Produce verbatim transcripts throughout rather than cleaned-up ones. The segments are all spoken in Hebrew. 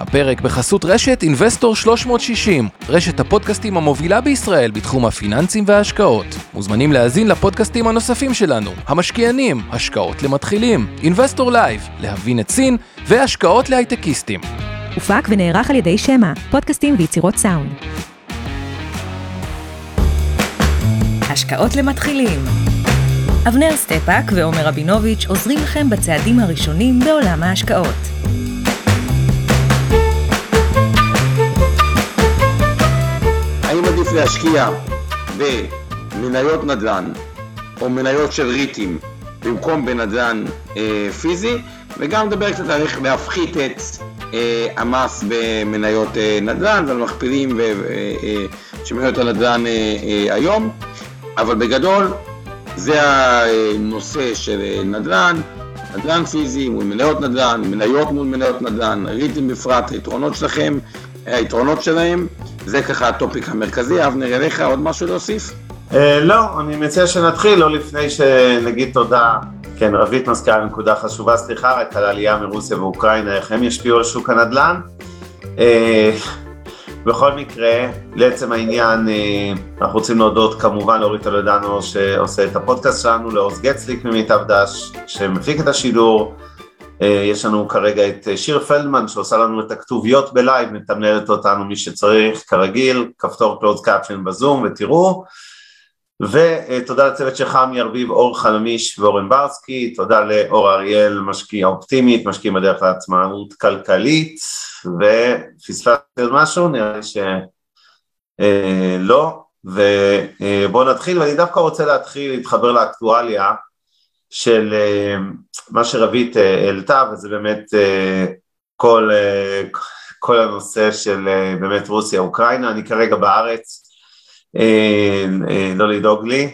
הפרק בחסות רשת אינבסטור שלוש מאות שישים, רשת הפודקאסטים המובילה בישראל בתחום הפיננסים וההשקעות. מוזמנים להאזין לפודקאסטים הנוספים שלנו, המשקיענים, השקעות למתחילים, אינבסטור לייב, להבין את סין, והשקעות להייטקיסטים. הופק ונערך על ידי שמה, פודקאסטים ויצירות סאונד. השקעות למתחילים. אבנר סטפאק ועומר רבינוביץ' עוזרים לכם בצעדים הראשונים בעולם ההשקעות. האם עדיף להשקיע במניות נדל"ן או מניות של ריטים במקום בנדל"ן אה, פיזי, וגם נדבר קצת על איך להפחית את אה, המס במניות אה, נדל"ן ועל מכפילים שמניות הנדל"ן אה, אה, היום. אבל בגדול זה הנושא של נדל"ן, נדל"ן פיזי מול מניות נדל"ן, מניות מול מניות נדל"ן, ריטים בפרט, היתרונות שלכם, היתרונות שלהם, זה ככה הטופיק המרכזי. אבנר, אליך עוד משהו להוסיף? לא, אני מציע שנתחיל, לא לפני שנגיד תודה. כן, רבית מזכירה לנקודה חשובה, סליחה, רק על העלייה מרוסיה ואוקראינה, איך הם ישפיעו על שוק הנדל"ן. בכל מקרה, לעצם העניין, אנחנו רוצים להודות כמובן לאורית טולדנו שעושה את הפודקאסט שלנו, לעוז גצליק ממיטב דש שמפיק את השידור. יש לנו כרגע את שיר פלדמן שעושה לנו את הכתוביות בלייב, מתמללת אותנו מי שצריך כרגיל, כפתור closed caption בזום ותראו. ותודה לצוות שחם ירביב, אור חלמיש ואורן ברסקי, תודה לאור אריאל, משקיע אופטימית, משקיעים בדרך לעצמאות כלכלית, ופספסתי עוד משהו, נראה לי שלא, ובואו נתחיל, ואני דווקא רוצה להתחיל להתחבר לאקטואליה של מה שרבית העלתה, וזה באמת כל, כל הנושא של באמת רוסיה-אוקראינה. אני כרגע בארץ, לא לדאוג לי,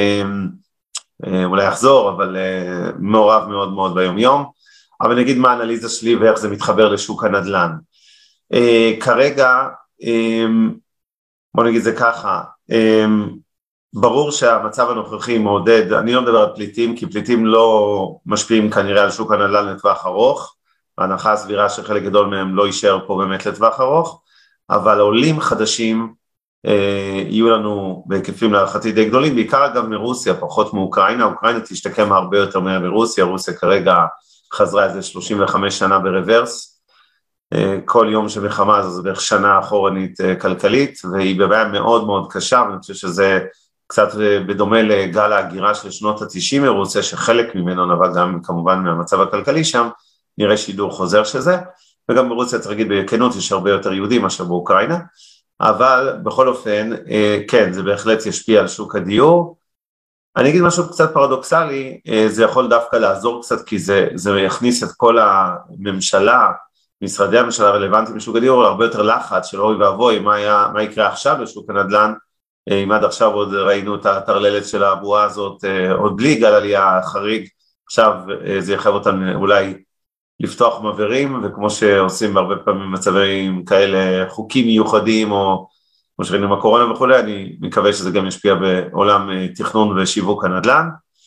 אולי אחזור, אבל מעורב מאוד מאוד ביום יום, אבל נגיד מה האנליזה שלי ואיך זה מתחבר לשוק הנדל"ן. כרגע, בוא נגיד זה ככה, ברור שהמצב הנוכחי מעודד, אני לא מדבר על פליטים, כי פליטים לא משפיעים כנראה על שוק הנדל"ן לטווח ארוך, ההנחה הסבירה שחלק גדול מהם לא יישאר פה באמת לטווח ארוך, אבל עולים חדשים, יהיו לנו בהיקפים להערכתי די גדולים, בעיקר אגב מרוסיה, פחות מאוקראינה. אוקראינה תשתקם הרבה יותר מהר מרוסיה, רוסיה כרגע חזרה איזה שלושים וחמש שנה ברוורס, כל יום שמחמה זה בערך שנה אחורנית כלכלית, והיא בבעיה מאוד מאוד קשה, ואני חושב שזה קצת בדומה לגל ההגירה של שנות ה-תשעים מרוסיה, שחלק ממנו נבע גם כמובן מהמצב הכלכלי שם, נראה שידור חוזר שזה, וגם ברוסיה צריך להגיד בכנות, יש הרבה יותר יהודים מאשר באוקראינה, אבל בכל אופן, כן, זה בהחלט ישפיע על שוק הדיור. אני אגיד משהו קצת פרדוקסלי, זה יכול דווקא לעזור קצת, כי זה, זה יכניס את כל הממשלה, משרדי הממשלה הרלוונטיים לשוק הדיור, הרבה יותר לחץ של אוי ואבוי, מה, היה, מה יקרה עכשיו לשוק הנדל"ן, אם עד עכשיו עוד ראינו את התרללת של הבועה הזאת, עוד בלי גל עלייה חריג, עכשיו זה יחייב אותם אולי לפתוח מעברים, וכמו שעושים בהרבה פעמים מצבים כאלה, חוקים מיוחדים, או כמו שראינו עם הקורונה וכו', אני מקווה שזה גם ישפיע בעולם תכנון ושיווק הנדל"ן,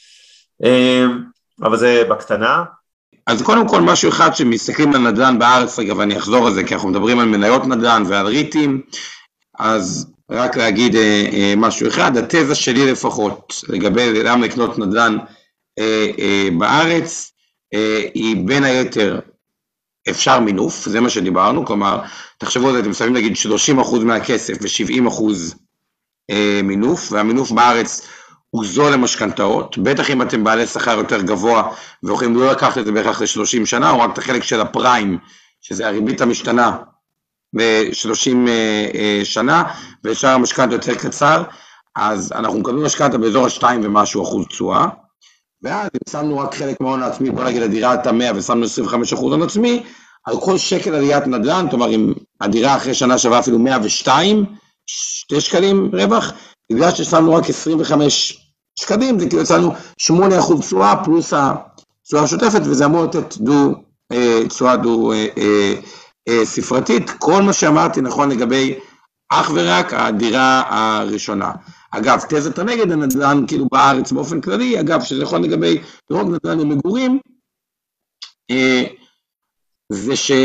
אבל זה בקטנה. אז קודם כל משהו אחד שמסתכלים על נדל"ן בארץ, רגע, ואני אחזור על זה, כי אנחנו מדברים על מניות נדל"ן ועל ריטים, אז רק להגיד משהו אחד, התזה שלי לפחות, לגבי למה לקנות נדל"ן בארץ, היא בין היתר אפשר מינוף, זה מה שדיברנו, כלומר, תחשבו על זה, אתם שמים להגיד שלושים אחוז מהכסף ו-שבעים אחוז מינוף, והמינוף בארץ הוא זול למשכנתאות, בטח אם אתם בעלי שכר יותר גבוה, ויכולים לא לקחת את זה בערך ל-שלושים שנה, או רק את החלק של הפריים, שזה הריבית המשתנה ב-שלושים שנה, ושאר המשכנתא יותר קצר, אז אנחנו מקבלים משכנתא באזור ה-שתיים ומשהו אחוז תשואה, ואז אם שמנו רק חלק מההון העצמי, בוא נגיד הדירה את המאה ושמנו עשרים וחמישה אחוז הון עצמי, על כל שקל עליית נדל"ן, זאת אומרת אם הדירה אחרי שנה שווה אפילו מאה ושתיים, שתי שקלים רווח, בגלל ששמנו רק עשרים וחמישה שקלים, זה כאילו יצאנו שמונה אחוז תשואה פלוס התשואה השוטפת, וזה אמור לתת דו, תשואה דו ספרתית. כל מה שאמרתי נכון לגבי אך ורק הדירה הראשונה. אגב, תזת הנגד הנדל"ן, כאילו בארץ באופן כללי, אגב, שזה נכון לגבי לא רק נדל"ן למגורים, זה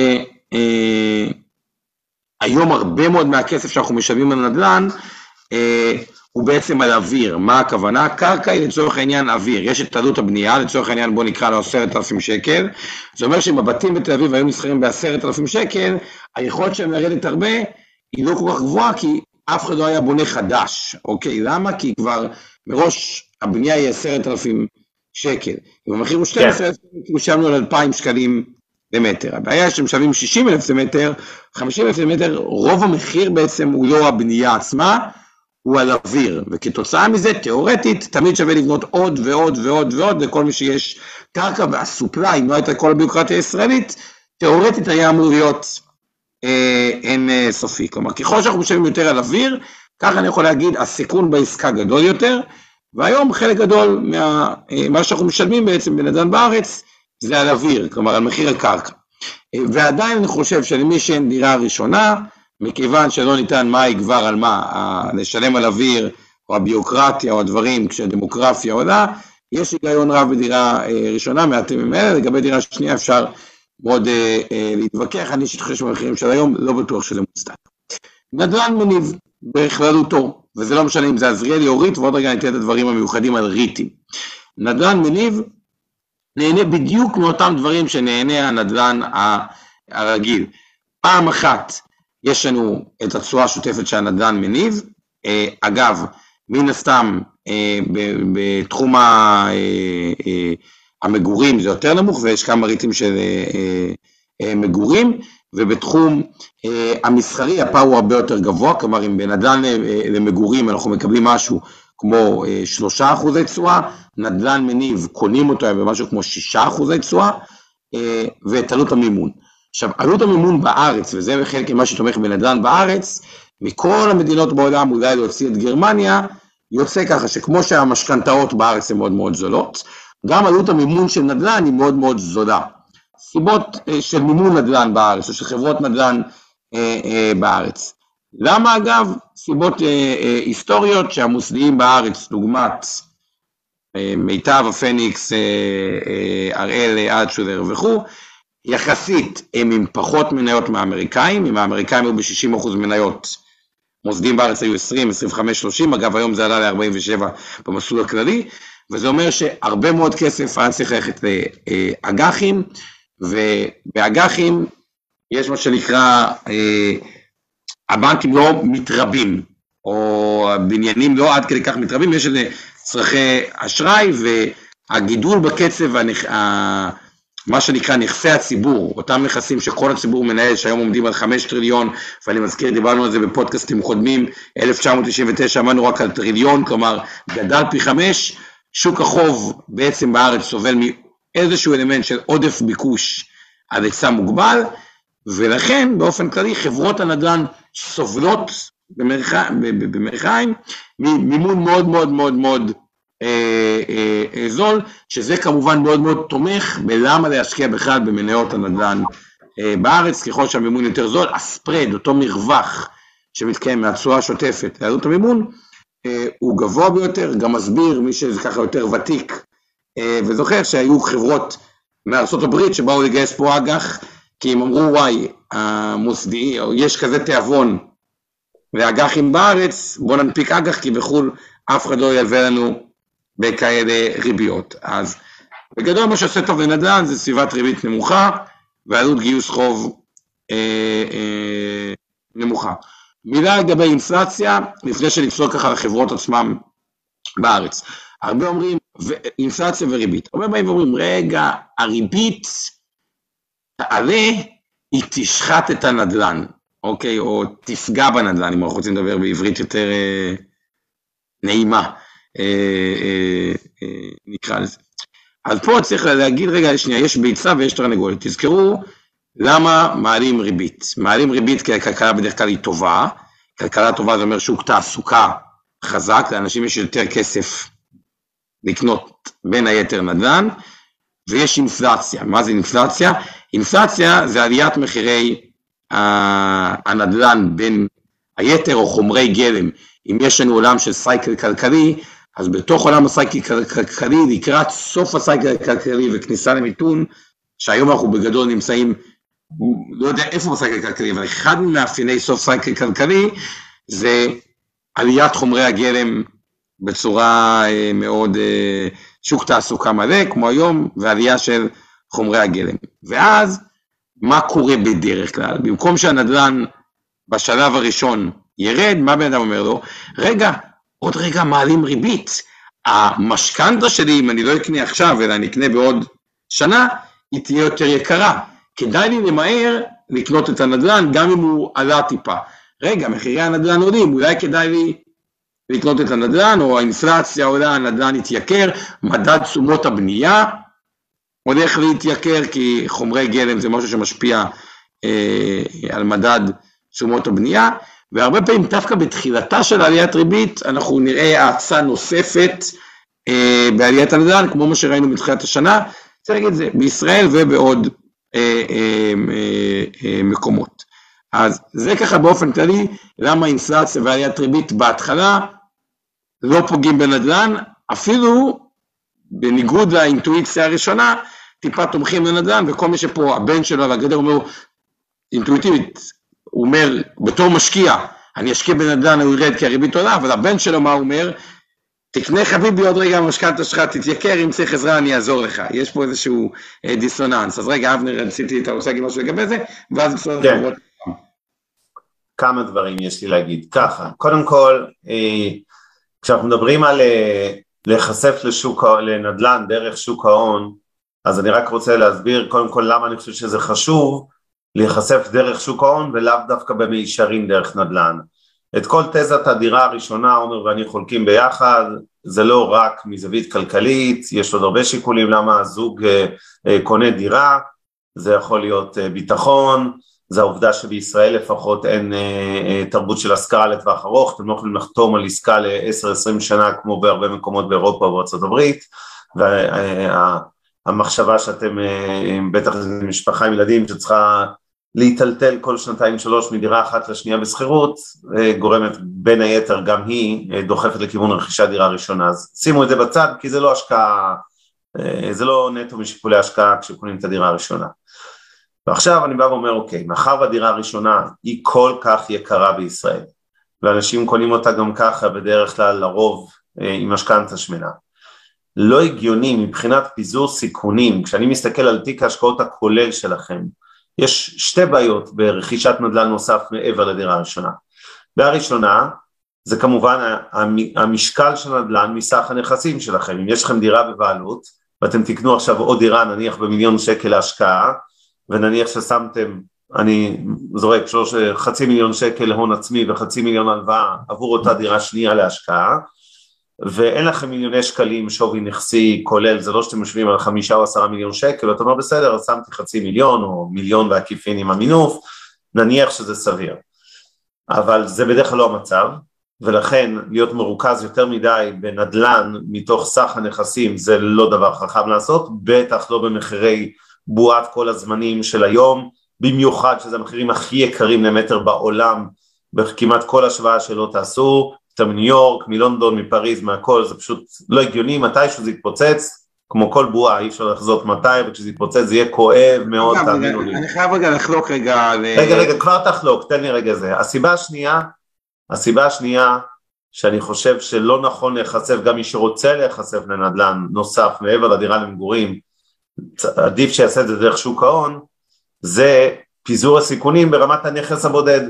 אה, היום הרבה מאוד מהכסף שאנחנו משלמים על נדל"ן, אה, הוא בעצם על אוויר. מה הכוונה? קרקע היא לצורך העניין אוויר. יש את עלות הבנייה, לצורך העניין בוא נקרא לו עשרת אלפים שקל. זה אומר שאם הבתים בתל אביב היו נסחרים בעשרת אלפים שקל, היכולת שהם לרדת הרבה היא לא כל כך גבוהה, כי אף אחד לא היה בונה חדש. אוקיי, למה? כי כבר מראש הבנייה היא עשרת אלפים שקל. אם המחיר הוא שנים עשר אלף, כאילו שילמנו על אלפיים שקלים למטר. הבעיה שהם שווים שישים אלף למטר, חמישים אלף למטר, רוב המחיר בעצם הוא לא הבנייה עצמה, הוא על אוויר, וכתוצאה מזה, תיאורטית, תמיד שווה לבנות עוד ועוד ועוד ועוד, לכל מי שיש קרקע, והסופליי, אם לא הייתה כל הביוקרטיה הישראלית, תיאורטית היה אמור להיות אה, אין אה, סופי. כלומר, ככל שאנחנו משלמים יותר על אוויר, ככה אני יכול להגיד, הסיכון בעסקה גדול יותר, והיום חלק גדול מה אה, מה שאנחנו משלמים בעצם בנדל"ן בארץ, זה על אוויר, כלומר על מחיר הקרקע. אה, ועדיין אני חושב שלמי שאין דירה ראשונה, מכיוון שלא ניתן מה יגבר על מה, לשלם על אוויר, או הביוקרטיה, או הדברים, כשהדמוגרפיה עולה, יש היגיון רב בדירה ראשונה, מעטים ממנה, לגבי דירה שנייה אפשר מאוד אה, אה, להתווכח, אני שתחושב במחירים של היום, לא בטוח שזה מוצדק. נדל"ן מניב בכללותו, וזה לא משנה אם זה עזריאלי או ריט, ועוד רגע ניתן את הדברים המיוחדים על ריטים. נדל"ן מניב נהנה בדיוק מאותם דברים שנהנה הנדל"ן הרגיל. פעם אחת, יש לנו את התשואה השוטפת שהנדל"ן מניב, אגב, מן הסתם בתחום המגורים זה יותר נמוך, ויש כמה ריטים של מגורים, ובתחום המסחרי הפער הוא הרבה יותר גבוה, כלומר אם בנדל"ן למגורים אנחנו מקבלים משהו כמו שלושה אחוזי תשואה, נדל"ן מניב קונים אותו במשהו כמו שישה אחוזי תשואה, ואת עלות המימון. עכשיו, עלות המימון בארץ, וזה חלק ממה שתומך בנדל"ן בארץ, מכל המדינות בעולם, אולי להוציא את גרמניה, יוצא ככה שכמו שהמשכנתאות בארץ הן מאוד מאוד זולות, גם עלות המימון של נדל"ן היא מאוד מאוד זולה. סיבות של מימון נדל"ן בארץ, או של חברות נדל"ן אה, אה, בארץ. למה אגב? סיבות אה, אה, היסטוריות שהמוסדיים בארץ, דוגמת אה, מיטב, הפניקס, אה, אה, אראל, אלטשולר וכו', יחסית הם עם פחות מניות מהאמריקאים, אם האמריקאים היו ב-שישים אחוז מניות, מוסדים בארץ היו עשרים, עשרים וחמש, שלושים, אגב היום זה עלה ל-ארבעים ושבע במסלול הכללי, וזה אומר שהרבה מאוד כסף היה צריך ללכת לאג"חים, ובאג"חים יש מה שנקרא, הבנקים לא מתרבים, או הבניינים לא עד כדי כך מתרבים, יש איזה צרכי אשראי, והגידול בקצב, מה שנקרא נכסי הציבור, אותם נכסים שכל הציבור מנהל, שהיום עומדים על חמש טריליון, ואני מזכיר, דיברנו על זה בפודקאסטים קודמים, אלף תשע מאות תשעים ותשע אמרנו רק על טריליון, כלומר גדל פי חמש, שוק החוב בעצם בארץ סובל מאיזשהו אלמנט של עודף ביקוש על היצע מוגבל, ולכן באופן כללי חברות הנדל"ן סובלות במרכאים, מימון מאוד מאוד מאוד מאוד אה, אה, אה, זול, שזה כמובן מאוד מאוד תומך בלמה להשקיע בכלל במניות הנדל"ן אה, בארץ, ככל שהמימון יותר זול, הספרד, אותו מרווח שמתקיים מהתשואה השוטפת לעלות המימון, אה, הוא גבוה ביותר, גם מסביר מי שזה ככה יותר ותיק, אה, וזוכר שהיו חברות מארצות הברית שבאו לגייס פה אג"ח, כי הם אמרו וואי, המוסדי, יש כזה תיאבון ואג"חים בארץ, בוא ננפיק אג"ח כי בחול אף אחד לא ילווה לנו בכאלה ריביות. אז בגדול מה שעושה טוב לנדל"ן זה סביבת ריבית נמוכה ועלות גיוס חוב אה, אה, נמוכה. מילה לגבי אינפלציה, לפני שנפסול ככה לחברות עצמם בארץ. הרבה אומרים אינפלציה וריבית. הרבה באים ואומרים רגע, הריבית תעלה, היא תשחט את הנדל"ן. אוקיי, או תפגע בנדל"ן, אם אנחנו רוצים לדבר בעברית יותר אה, נעימה, אה, אה, אה, נקרא לזה. אז פה צריך להגיד, רגע, שנייה, יש ביצה ויש תרנגולת. תזכרו למה מעלים ריבית. מעלים ריבית כי הכלכלה בדרך כלל היא טובה, כלכלה טובה זה אומר שוק תעסוקה חזק, לאנשים יש יותר כסף לקנות בין היתר נדל"ן, ויש אינפלציה. מה זה אינפלציה? אינפלציה זה עליית מחירי הנדל"ן בין היתר או חומרי גלם. אם יש לנו עולם של סייקל כלכלי, אז בתוך עולם הסייקל כלכלי, לקראת סוף הסייקל הכלכלי וכניסה למיתון, שהיום אנחנו בגדול נמצאים לא יודע איפה בסייקל כלכלי, אבל אחד ממאפייני סוף סייקל כלכלי, זה עליית חומרי הגלם בצורה מאוד, שוק תעסוקה מלא, כמו היום, ועלייה של חומרי הגלם. ואז, מה קורה בדרך כלל? במקום שהנדל"ן בשלב הראשון ירד, מה בן אדם אומר לו? רגע, עוד רגע מעלים ריבית. המשכנתה שלי, אם אני לא אקנה עכשיו, אלא אני אקנה בעוד שנה, היא תהיה יותר יקרה. כדאי לי למהר לקנות את הנדל"ן, גם אם הוא עלה טיפה. רגע, מחירי הנדל"ן עולים, אולי כדאי לי לקנות את הנדל"ן, או האינפלציה עולה, הנדל"ן יתייקר, מדד תשומות הבנייה הולך להתייקר, כי חומרי גלם זה משהו שמשפיע אה, על מדד תשומות הבנייה, והרבה פעמים דווקא בתחילתה של עליית ריבית, אנחנו נראה האצה נוספת אה, בעליית הנדל"ן, כמו מה שראינו בתחילת השנה, צריך להגיד את זה, בישראל ובעוד אה, אה, אה, אה, מקומות. אז זה ככה באופן כללי, למה אינפלציה ועליית ריבית בהתחלה לא פוגעים בנדל"ן, אפילו בניגוד לאינטואיציה הראשונה, טיפה תומכים בנדל"ן, וכל מי שפה הבן שלו על הגדר אומר, אינטואיטיבית, הוא אומר, בתור משקיע, אני אשקיע בנדל"ן, הוא ירד כי הריבית עולה, אבל הבן שלו מה הוא אומר? תקנה חביבי עוד רגע, המשכנתה שלך תתייקר, אם צריך עזרה אני אעזור לך. יש פה איזשהו אה, דיסוננס. אז רגע, אבנר, רציתי, אתה רוצה להגיד משהו לגבי זה, ואז בסדר כן. חברות. כמה דברים יש לי להגיד. ככה, קודם כל, אה, כשאנחנו מדברים על אה, להיחשף לשוק, לנדל"ן דרך שוק ההון, אז אני רק רוצה להסביר קודם כל למה אני חושב שזה חשוב, להיחשף דרך שוק ההון ולאו דווקא במישרין דרך נדל"ן. את כל תזת הדירה הראשונה, עומר ואני חולקים ביחד, זה לא רק מזווית כלכלית, יש עוד הרבה שיקולים למה הזוג אה, אה, קונה דירה, זה יכול להיות אה, ביטחון, זה העובדה שבישראל לפחות אין אה, אה, תרבות של השכרה לטווח ארוך, אתם לא יכולים לחתום על עסקה ל-עשר עשרים שנה כמו בהרבה מקומות באירופה ובארצות הברית, והמחשבה שאתם אה, בטח משפחה עם ילדים שצריכה להיטלטל כל שנתיים שלוש מדירה אחת לשנייה בסחירות, גורמת בין היתר גם היא דוחפת לכיוון רכישת דירה ראשונה, אז שימו את זה בצד כי זה לא השקעה, זה לא נטו משיקולי השקעה כשקונים את הדירה הראשונה. ועכשיו אני בא ואומר אוקיי, מאחר והדירה הראשונה היא כל כך יקרה בישראל, ואנשים קונים אותה גם ככה בדרך כלל לרוב עם משכנתא שמנה, לא הגיוני מבחינת פיזור סיכונים, כשאני מסתכל על תיק ההשקעות הכולל שלכם, יש שתי בעיות ברכישת נדל"ן נוסף מעבר לדירה הראשונה. והראשונה, זה כמובן המשקל של נדל"ן מסך הנכסים שלכם. אם יש לכם דירה בבעלות, ואתם תקנו עכשיו עוד דירה, נניח במיליון שקל להשקעה, ונניח ששמתם, אני זורק שלוש, חצי מיליון שקל להון עצמי וחצי מיליון הלוואה עבור אותה דירה שנייה להשקעה, ואין לכם מיליוני שקלים שווי נכסי כולל, זה לא שאתם משווים על חמישה או עשרה מיליון שקל, ואתה אומר בסדר, אז שמתי חצי מיליון או מיליון ועקיפין עם המינוף, נניח שזה סביר. אבל זה בדרך כלל לא המצב, ולכן להיות מרוכז יותר מדי בנדלן מתוך סך הנכסים, זה לא דבר חכם לעשות, בטח לא במחירי בועת כל הזמנים של היום, במיוחד שזה המחירים הכי יקרים למטר בעולם, בכמעט כל השוואה שלא תעשו, מניו יורק, מלונדון, מפריז, מהכל, זה פשוט לא הגיוני, מתישהו זה יתפוצץ, כמו כל בועה, אי אפשר לחזות מתי, וכשזה יתפוצץ זה יהיה כואב מאוד, תאמינו לי. אני חייב רגע לחלוק רגע. רגע, רגע, כבר תחלוק, תן לי רגע זה. הסיבה השנייה, הסיבה השנייה, שאני חושב שלא נכון להיחשף, גם מי שרוצה להיחשף לנדל"ן נוסף, מעבר לדירה למגורים, עדיף שיעשה את זה דרך שוק ההון, זה פיזור הסיכונים ברמת הנכס הבודד.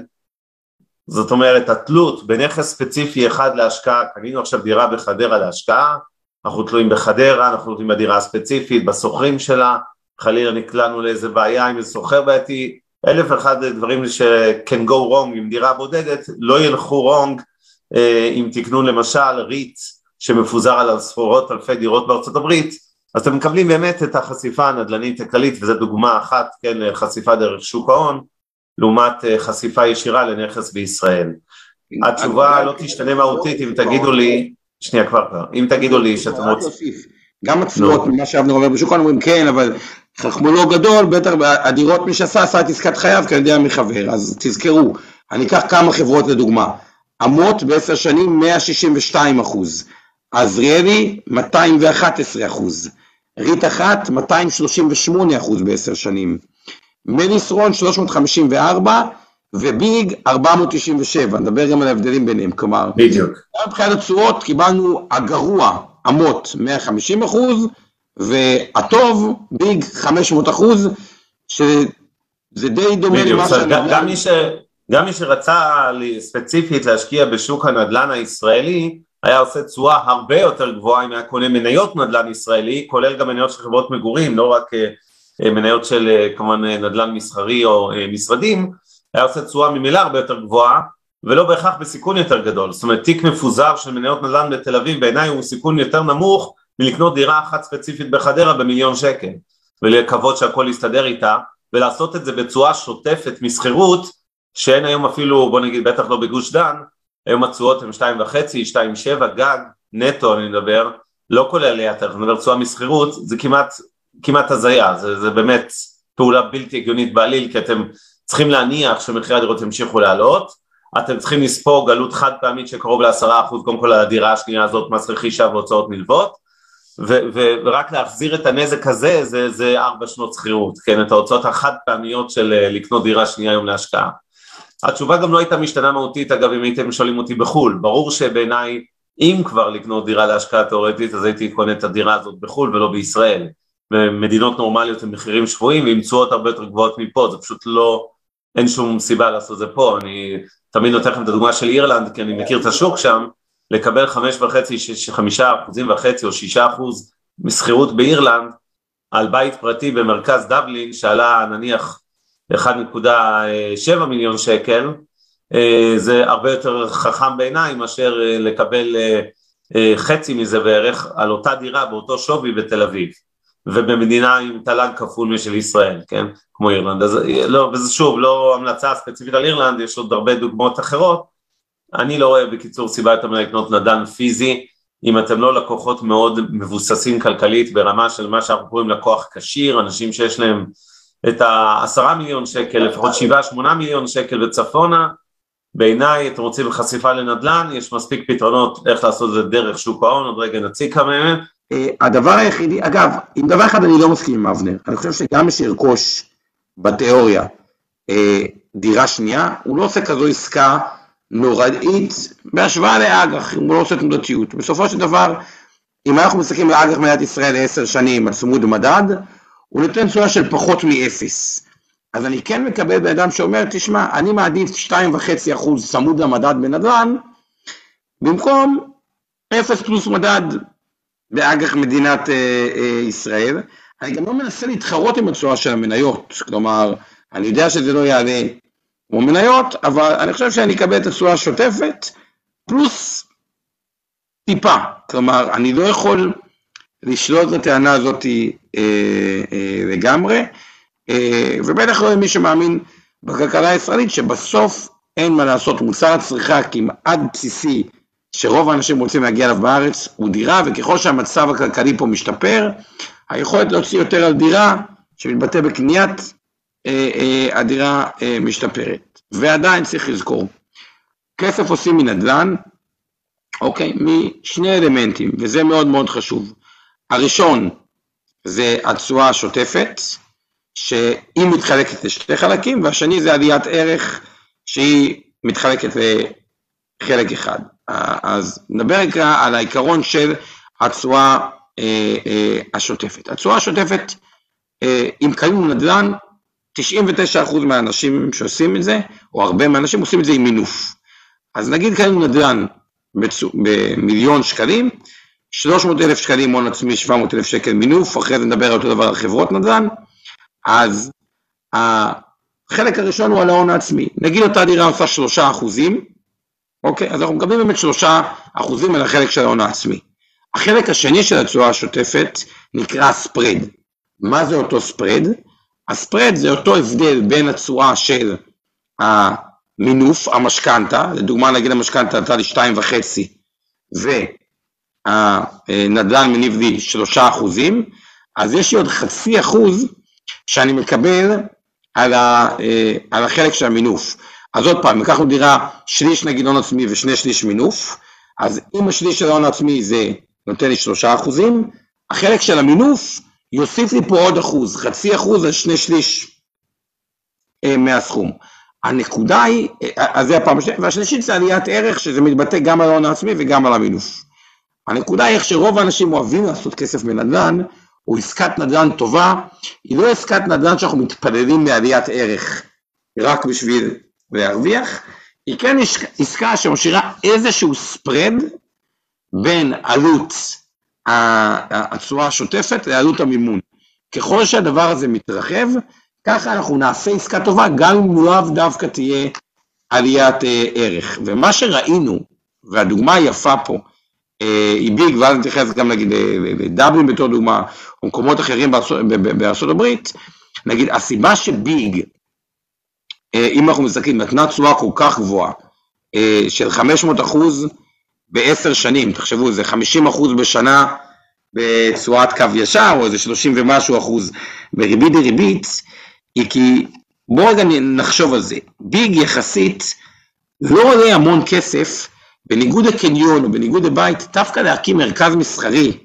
זאת אומרת, התלות בנכס ספציפי אחד להשקעה, קנינו עכשיו דירה בחדרה להשקעה, אנחנו תלויים בחדרה, אנחנו תלויים בדירה הספציפית, בסוחרים שלה, חלילה נקלענו לאיזה בעיה עם איזה סוחר בעייתי, אלף ואחד דברים ש-can go wrong עם דירה בודדת, לא ילכו wrong אם תקנו למשל ריט שמפוזר על ספורות אלפי דירות בארצות הברית, אז אתם מקבלים באמת את החשיפה הנדל"נית הכללית, וזו דוגמה אחת, כן, לחשיפה דרך שוק ההון, לעומת חשיפה ישירה לנכס בישראל. התשובה לא תשתנה מהותית אם תגידו לי, שנייה כבר כבר, אם תגידו לי שאתם רוצים. גם התשואות ממה שאבנר אומר בשוק ההון אומרים כן, אבל חכמולוג גדול, בטח הדירות מי שעשה, עשה את עסקת חייו כי אני יודע מי חבר, אז תזכרו, אני אקח כמה חברות לדוגמה, עמות בעשר שנים מאה שישים ושתיים אחוז, עזריאלי מאתיים ואחת עשרה אחוז, רית אחת מאתיים שלושים ושמונה אחוז בעשר שנים, מליסרון שלוש מאות חמישים וארבע, וביג ארבע מאות תשעים ושבע, נדבר גם על ההבדלים ביניהם, כלומר, בדיוק. מבחינת התשואות קיבלנו הגרוע, אמות מאה וחמישים אחוז, והטוב, ביג חמש מאות אחוז, שזה די דומה למה שאני... גם, ש... גם מי שרצה ספציפית להשקיע בשוק הנדל"ן הישראלי, היה עושה תשואה הרבה יותר גבוהה אם היה קונה מניות נדל"ן ישראלי, כולל גם מניות של חברות מגורים, לא רק מניות של כמובן נדל"ן מסחרי או משרדים, היה עושה תשואה ממילא הרבה יותר גבוהה, ולא בהכרח בסיכון יותר גדול. זאת אומרת, תיק מפוזר של מניות נדל"ן בתל אביב, בעיניי הוא סיכון יותר נמוך, מלקנות דירה אחת ספציפית בחדרה במיליון שקל, ולקוות שהכל יסתדר איתה, ולעשות את זה בצורה שוטפת מסחירות, שאין היום אפילו, בוא נגיד, בטח לא בגוש דן, היום התשואות הן שתיים וחצי, שתיים שבע, גג, נטו אני מדבר, לא כולל ליתר, אני מדבר תשואה מסחירות, זה כמעט, כמעט הזיה, זה, זה באמת פעולה בלתי הגיונית בעליל, כי אתם צריכים להניח שמחירי הדירות ימשיכו לעלות, אתם צריכים לספוג עלות חד פעמית שקרוב לעשרה אחוז, קודם כל על הדירה השנייה הזאת, מס רכישה והוצאות נלוות, ו- ו- ורק להחזיר את הנזק הזה, זה, זה ארבע שנות שכירות, כן, את ההוצאות החד פעמיות של לקנות דירה שנייה היום להשקעה. התשובה גם לא הייתה משתנה מהותית, אגב, אם הייתם שואלים אותי בחול, ברור שבעיניי, אם כבר לקנות דירה להשקעה תיאורטית, אז הייתי קונה את הדירה הזאת בחול ולא בישראל, במדינות נורמליות עם מחירים שבועים, ועם תשואות הרבה יותר גבוהות מפה, זה פשוט לא, אין שום סיבה לעשות זה פה, אני תמיד נותן לכם את הדוגמה של אירלנד, כי אני מכיר את השוק שם, לקבל חמש וחצי, חמישה אחוזים וחצי או שישה אחוז מסחירות באירלנד, על בית פרטי במרכז דבלין, שעלה נניח אחד נקודה שבע מיליון שקל, זה הרבה יותר חכם בעיניי, מאשר לקבל חצי מזה בערך, על אותה דירה באותו שווי בתל אביב, ובמדינה עם תל"ג כפול משל ישראל, כן, כמו אירלנד, אז לא, וזה שוב, לא המלצה ספציפית על אירלנד, יש עוד הרבה דוגמאות אחרות, אני לא רואה בקיצור סיבה יותר לקנות נדל"ן פיזי, אם אתם לא לקוחות מאוד מבוססים כלכלית, ברמה של מה שאנחנו קוראים לקוח קשיר, אנשים שיש להם את העשרה מיליון שקל, לפחות שבעה, שמונה מיליון שקל בצפונה, בעיניי אתם רוצים חשיפה לנדל"ן, יש מספיק פתרונות איך לעשות את זה דרך שוק ההון, עוד רגע נציג כמה מהם. הדבר היחידי, אגב, עם דבר אחד אני לא מסכים עם אבנר, אני חושב שגם מי שירכוש בתיאוריה דירה שנייה, הוא לא עושה כזו עסקה נוראית בהשוואה לאג"ח, אם הוא לא עושה תנודתיות. בסופו של דבר, אם אנחנו מסתכלים על אג"ח מדינת ישראל לעשר שנים, הצמוד מדד, הוא נותן תשואה של פחות מאפס. אז אני כן מקבל באדם שאומר, תשמע, אני מעדיף שתיים וחצי אחוז צמוד למדד בנדל"ן, במקום אפס פלוס מדד באג"ח מדינת אה, אה, ישראל. אני גם לא מנסה להתחרות עם התשואה של המניות, כלומר, אני יודע שזה לא יעלה כמו מניות, אבל אני חושב שאני אקבל את התשואה השוטפת, פלוס טיפה, כלומר, אני לא יכול לשלוט לטענה הזאת אה, אה, לגמרי, אה, ובטח לא מי שמאמין בכלכלה הישראלית, שבסוף אין מה לעשות, מוצר הצריכה כמעט בסיסי, שרוב האנשים רוצים להגיע אליו בארץ, הוא דירה, וככל שהמצב הכלכלי פה משתפר, היכולת להוציא יותר על דירה, שמתבטא בקניית, אה, אה, הדירה אה, משתפרת. ועדיין צריך לזכור, כסף עושים מנדל"ן, אוקיי, משני אלמנטים, וזה מאוד מאוד חשוב. הראשון זה התשואה השוטפת, שהיא מתחלקת לשתי חלקים, והשני זה עליית ערך שהיא מתחלקת לחלק אחד. אז נדבר רגע על העיקרון של התשואה אה, אה, השוטפת. התשואה השוטפת, אה, אם קיימו נדל"ן, תשעים ותשעה אחוז מהאנשים שעושים את זה, או הרבה מהאנשים עושים את זה עם מינוף. אז נגיד קיימו נדל"ן במיליון שקלים, שלוש מאות אלף שקלים הון עצמי, שבע מאות אלף שקל מינוף, אחרי זה נדבר על אותו דבר על חברות נדל"ן, אז החלק הראשון הוא על ההון העצמי, נגיד אותה דירה עושה שלושה אחוזים, אוקיי, אז אנחנו מקבלים באמת שלושה אחוזים על החלק של ההון העצמי. החלק השני של התשואה השוטפת נקרא ספרד. מה זה אותו ספרד? הספרד זה אותו הבדל בין התשואה של המינוף, המשכנתה, לדוגמה נגיד המשכנתה נתן לי שתיים וחצי, והנדל"ן מניב לי שלושה אחוזים, אז יש לי עוד חצי אחוז שאני מקבל על, ה, על החלק של המינוף. אז עוד פעם, לקחנו דירה שליש נגיד הון עצמי ושני שליש מינוף, אז אם השליש של ההון עצמי זה נותן לי שלושה אחוזים, החלק של המינוף יוסיף לי פה עוד אחוז, חצי אחוז על שני שליש מהסכום. הנקודה היא, אז זה הפעם השנייה, והשלישית זה עליית ערך, שזה מתבטא גם על ההון העצמי וגם על המינוף. הנקודה היא איך שרוב האנשים אוהבים לעשות כסף בנדל"ן, או עסקת נדל"ן טובה, היא לא עסקת נדל"ן שאנחנו מתפללים לעליית ערך, רק בשביל להרוויח, היא כן עסקה שמשאירה איזשהו ספרד, בין עלות התשואה השוטפת לעלות המימון. ככל שהדבר הזה מתרחב, ככה אנחנו נעשה עסקה טובה, גם אם לאו דווקא תהיה עליית ערך. ומה שראינו, והדוגמה היפה פה, היא ביג, ואז נתייחס גם נגיד לדבלין בתור דוגמה, או מקומות אחרים בארצות הברית, נגיד הסיבה שביג, אם אנחנו מסתכלים, נתנה תשואה כל כך גבוהה, של חמש מאות אחוז בעשר שנים, תחשבו, זה חמישים אחוז בשנה בתשואת קו ישר, או איזה שלושים ומשהו אחוז בריבית דריבית, היא כי, בואו רגע נחשוב על זה, ביג יחסית לא עולה המון כסף, בניגוד לקניון או בניגוד לבית, דווקא להקים מרכז מסחרי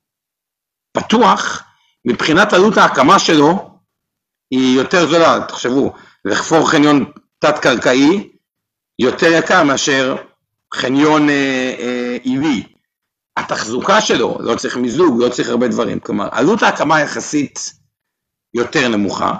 פתוח, מבחינת עלות ההקמה שלו, היא יותר זולה, תחשבו, לחפור חניון תת-קרקעי, יותר יקר מאשר חניון עילי. התחזוקה שלו, לא צריך מיזוג, לא צריך הרבה דברים, כלומר, עלות ההקמה יחסית יותר נמוכה,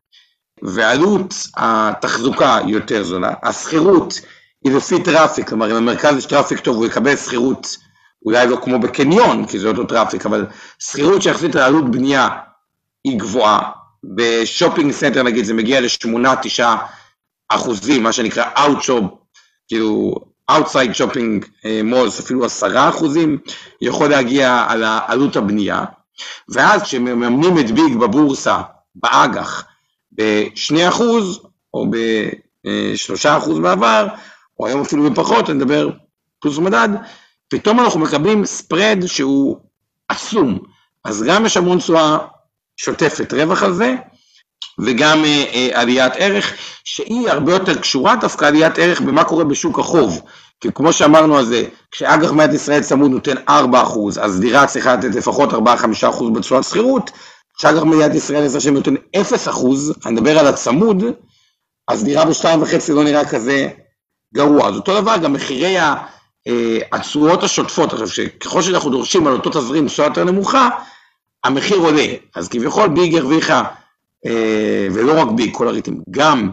ועלות התחזוקה יותר זולה, הסחירות היא לפי טראפיק, כלומר, אם המרכז יש טראפיק טוב, הוא יקבל סחירות, אולי לא כמו בקניון, כי זה אותו טראפיק, אבל סחירות שיחסית לעלות בנייה היא גבוהה, בשופינג סנטר נגיד זה מגיע לשמונה, תשעה אחוזים, מה שנקרא אאוטשופ, כאילו outside shopping malls, אפילו עשרה אחוזים, יכול להגיע על עלות הבנייה, ואז כשמממנים את ביג בבורסה, באג"ח, בשני אחוז, או בשלושה אחוז בעבר, או היום אפילו בפחות, אני מדבר פלוס מדד, פתאום אנחנו מקבלים ספרד שהוא עצום, אז גם יש המון תשואה שוטפת רווח על זה, וגם אה, עליית ערך, שהיא הרבה יותר קשורה דווקא עליית ערך במה קורה בשוק החוב, כי כמו שאמרנו על זה, כשאג"ח מדינת ישראל צמוד נותן ארבעה אחוז, אז דירה צריכה לתת לפחות ארבעה עד חמישה אחוז בתשואת שכירות, כשאג"ח מדינת ישראל עשר שנים נותן אפס אחוז, אני מדבר על הצמוד, אז דירה בשתיים וחצי לא נראה כזה גרוע. אז אותו דבר, גם מחירי התשואות השוטפות, עכשיו שככל שאנחנו דורשים על אותו תזרים תשואה יותר נמוכה, המחיר עולה, אז כביכול ביג הרוויחה, ולא רק ביג, כל הריטים, גם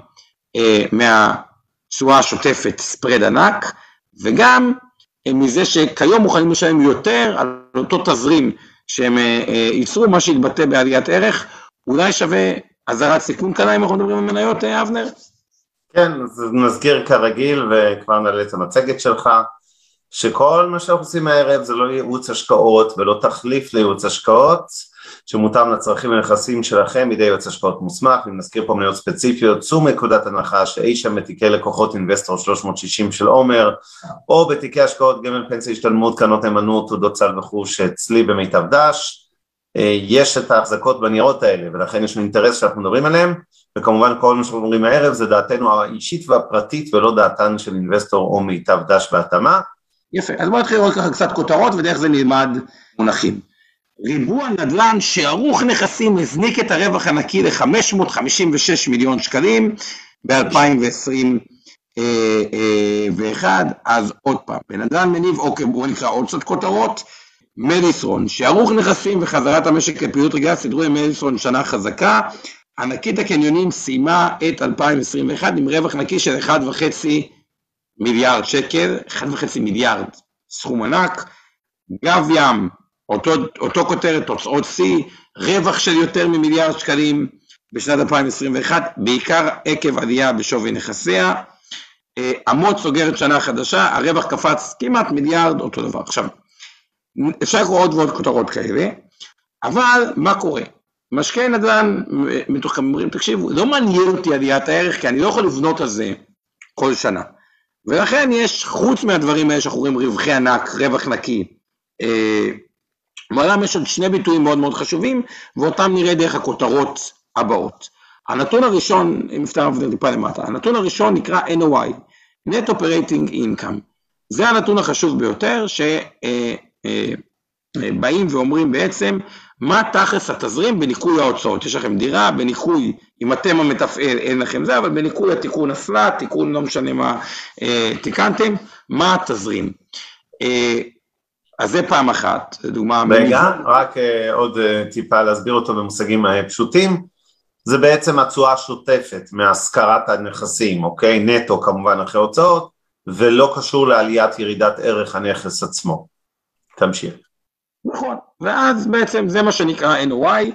מהתשואה השוטפת ספרד ענק, וגם מזה שכיום מוכנים לשלם יותר על אותו תזרים שהם ייצרו, מה שהתבטא בעליית ערך, אולי שווה עזרת סיכון כאלה, אם אנחנו מדברים על מניות, אבנר? כן, אז נזכיר כרגיל, וכבר נעלה את המצגת שלך, שכל מה שאנחנו עושים הערב זה לא ייעוץ השקעות, ולא תחליף לייעוץ השקעות, שמותאם לצרכים ונכסים שלכם בידי ייעוץ השקעות מוסמך. אם נזכיר פה מניות ספציפיות, צאו מנקודת הנחה שאי שם בתיקי לקוחות אינבסטור שלוש מאות שישים של עומר, או בתיקי השקעות גמל פנסיה השתלמות, קרנות נאמנות, תעודות סל וכו' שאצלי במיטב דש, יש את ההחזקות בניירות האלה, ולכן יש לנו אינטרס שאנחנו מדברים עליהם, וכמובן כל מה שאנחנו מדברים הערב זה דעתנו האישית והפרטית, ולא דעתן של אינבסטור או מיטב דש בהתאמה. יפה, אז בואו נתחיל לראות ככה קצת כותרות, ודרך זה נלמד מונחים. ריבוע נדל"ן שערוך נכסים הזניק את הרווח הנקי ל-חמש מאות חמישים ושש מיליון שקלים ב-אלפיים עשרים ואחת, אז עוד פעם, בנדל"ן מניב, אוקיי, בואו נקרא עוד קצת כותרות, מדיסון, שערוך נכסים וחזרת המשק לפעילות רגילה, סדרו עם מדיסון שנה חזקה, ענקית הקניונים סיימה את אלפיים עשרים ואחת עם רווח נקי של אחד וחצי מיליארד שקל, אחד וחצי מיליארד, סכום ענק, גב ים, אותו, אותו כותרת, תוצאות C, רווח של יותר ממיליארד שקלים בשנת אלפיים עשרים ואחת, בעיקר עקב עלייה בשווי נכסיה, עמוד סוגרת שנה חדשה, הרווח קפץ כמעט מיליארד, אותו דבר. עכשיו, אפשר לקרוא עוד ועוד כותרות כאלה, אבל מה קורה? משקיעי נדל"ן מתוחכמים אומרים, תקשיבו, לא מעניין אותי עליית הערך, כי אני לא יכול לבנות על זה כל שנה. ולכן יש, חוץ מהדברים האלה שאנחנו רואים רווחי ענק, רווח נקי, מעולם יש עוד שני ביטויים מאוד מאוד חשובים, ואותם נראה דרך הכותרות הבאות. הנתון הראשון, אם אפשר להבדיל טיפה למטה, הנתון הראשון נקרא N O I, Net Operating Income. זה הנתון החשוב ביותר, באים ואומרים בעצם, מה תכלס התזרים בניקוי ההוצאות? יש לכם דירה, בניקוי, אם אתם המתפעל אין לכם זה, אבל בניקוי התיקון נפלה, תיקון לא משנה מה אה, תיקנתם, מה התזרים? אה, אז זה פעם אחת, זה דוגמה... רגע, מ... רק אה, עוד אה, טיפה להסביר אותו במושגים אה, פשוטים, זה בעצם התשואה השוטפת מהשכרת הנכסים, אוקיי? נטו כמובן אחרי הוצאות, ולא קשור לעליית ירידת ערך הנכס עצמו. תמשיך. נכון, ואז בעצם זה מה שנקרא אן או איי,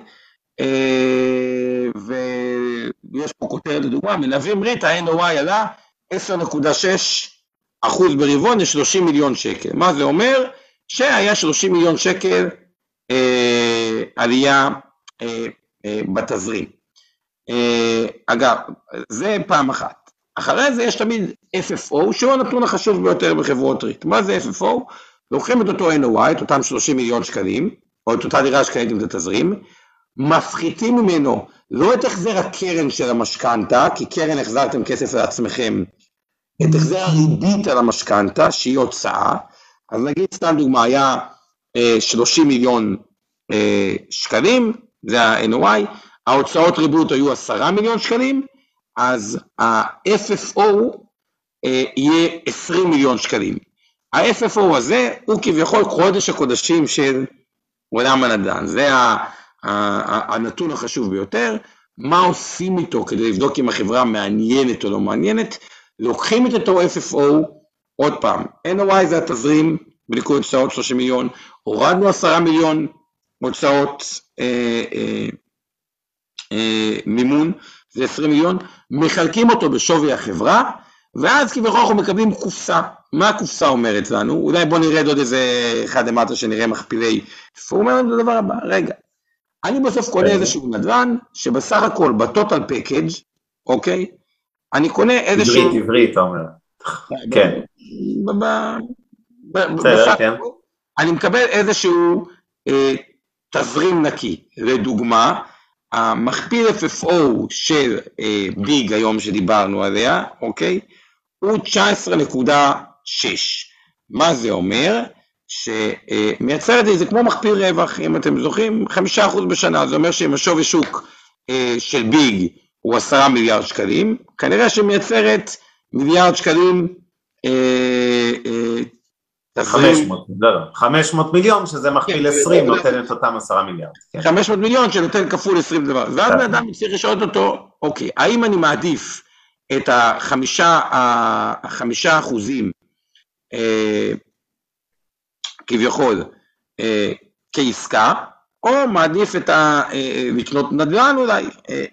ויש פה כותרת לדוגמה, מלווים ריט, ה-אן או איי עלה עשר נקודה שש אחוז ברבעון ל-שלושים מיליון שקל. מה זה אומר? שהיה שלושים מיליון שקל אה, עלייה אה, אה, בתזרים. אה, אגב, זה פעם אחת. אחרי זה יש תמיד אף אף או, שהוא הנתון החשוב ביותר בחברות ריט. מה זה אף אף או? לוקחים את אותו אן או איי, את אותם שלושים מיליון שקלים, או את אותה דירה שקניתם את התזרים, מפחיתים ממנו לא את החזר הקרן של המשכנתה, כי קרן החזרתם כסף לעצמכם, את החזר הריבית על המשכנתה, שהיא הוצאה, אז נגיד סתם דוגמה, היה אה, שלושים מיליון אה, שקלים, זה ה-אן או איי, ההוצאות ריבית היו עשרה מיליון שקלים, אז ה-אף אף או אה, יהיה עשרים מיליון שקלים. ה-אף אף או הזה הוא כביכול קודש הקודשים של עולם הנדל"ן, זה הנתון החשוב ביותר. מה עושים איתו כדי לבדוק אם החברה מעניינת או לא מעניינת? לוקחים את אותו אף אף או, עוד פעם, אן או איי זה התזרים, בניקוי הוצאות שלושים מיליון, הורדנו עשרה מיליון הוצאות אה, אה, אה, מימון, זה עשרים מיליון, מחלקים אותו בשווי החברה, ואז כביכול אנחנו מקבלים קופסה. מה הקופסה אומרת לנו? אולי בוא נרד עוד איזה אחד למטה שנראה מכפילי, הוא אומר לנו את הדבר הבא, רגע, אני בסוף קונה איזשהו נדל"ן, שבסך הכל בטוטל פקאג', אוקיי, אני קונה איזשהו... עברית, עברית, אתה אומר. כן. בסך הכל, אני מקבל איזשהו תזרים נקי, לדוגמה, המכפיל אף אף או של ביג היום שדיברנו עליה, אוקיי, הוא תשע עשרה נקודה שש. מה זה אומר? שמייצר את זה, זה כמו מכפיל רווח, אם אתם זוכרים, חמישה אחוז בשנה, זה אומר שאם השווי שוק של ביג הוא עשרה מיליארד שקלים, כנראה שמייצרת מיליארד שקלים חמש מאות, לא, לא, חמש מאות מיליון, שזה מכפיל עשרים, נותן את אותם עשרה מיליארד. חמש מאות מיליון שנותן כפול עשרים דבר, ואז באדם צריך לשאול אותו, אוקיי, האם אני מעדיף את החמישה, החמישה אחוזים, כביכול, כעסקה, או מעדיף את ה... לקנות נדל"ן אולי,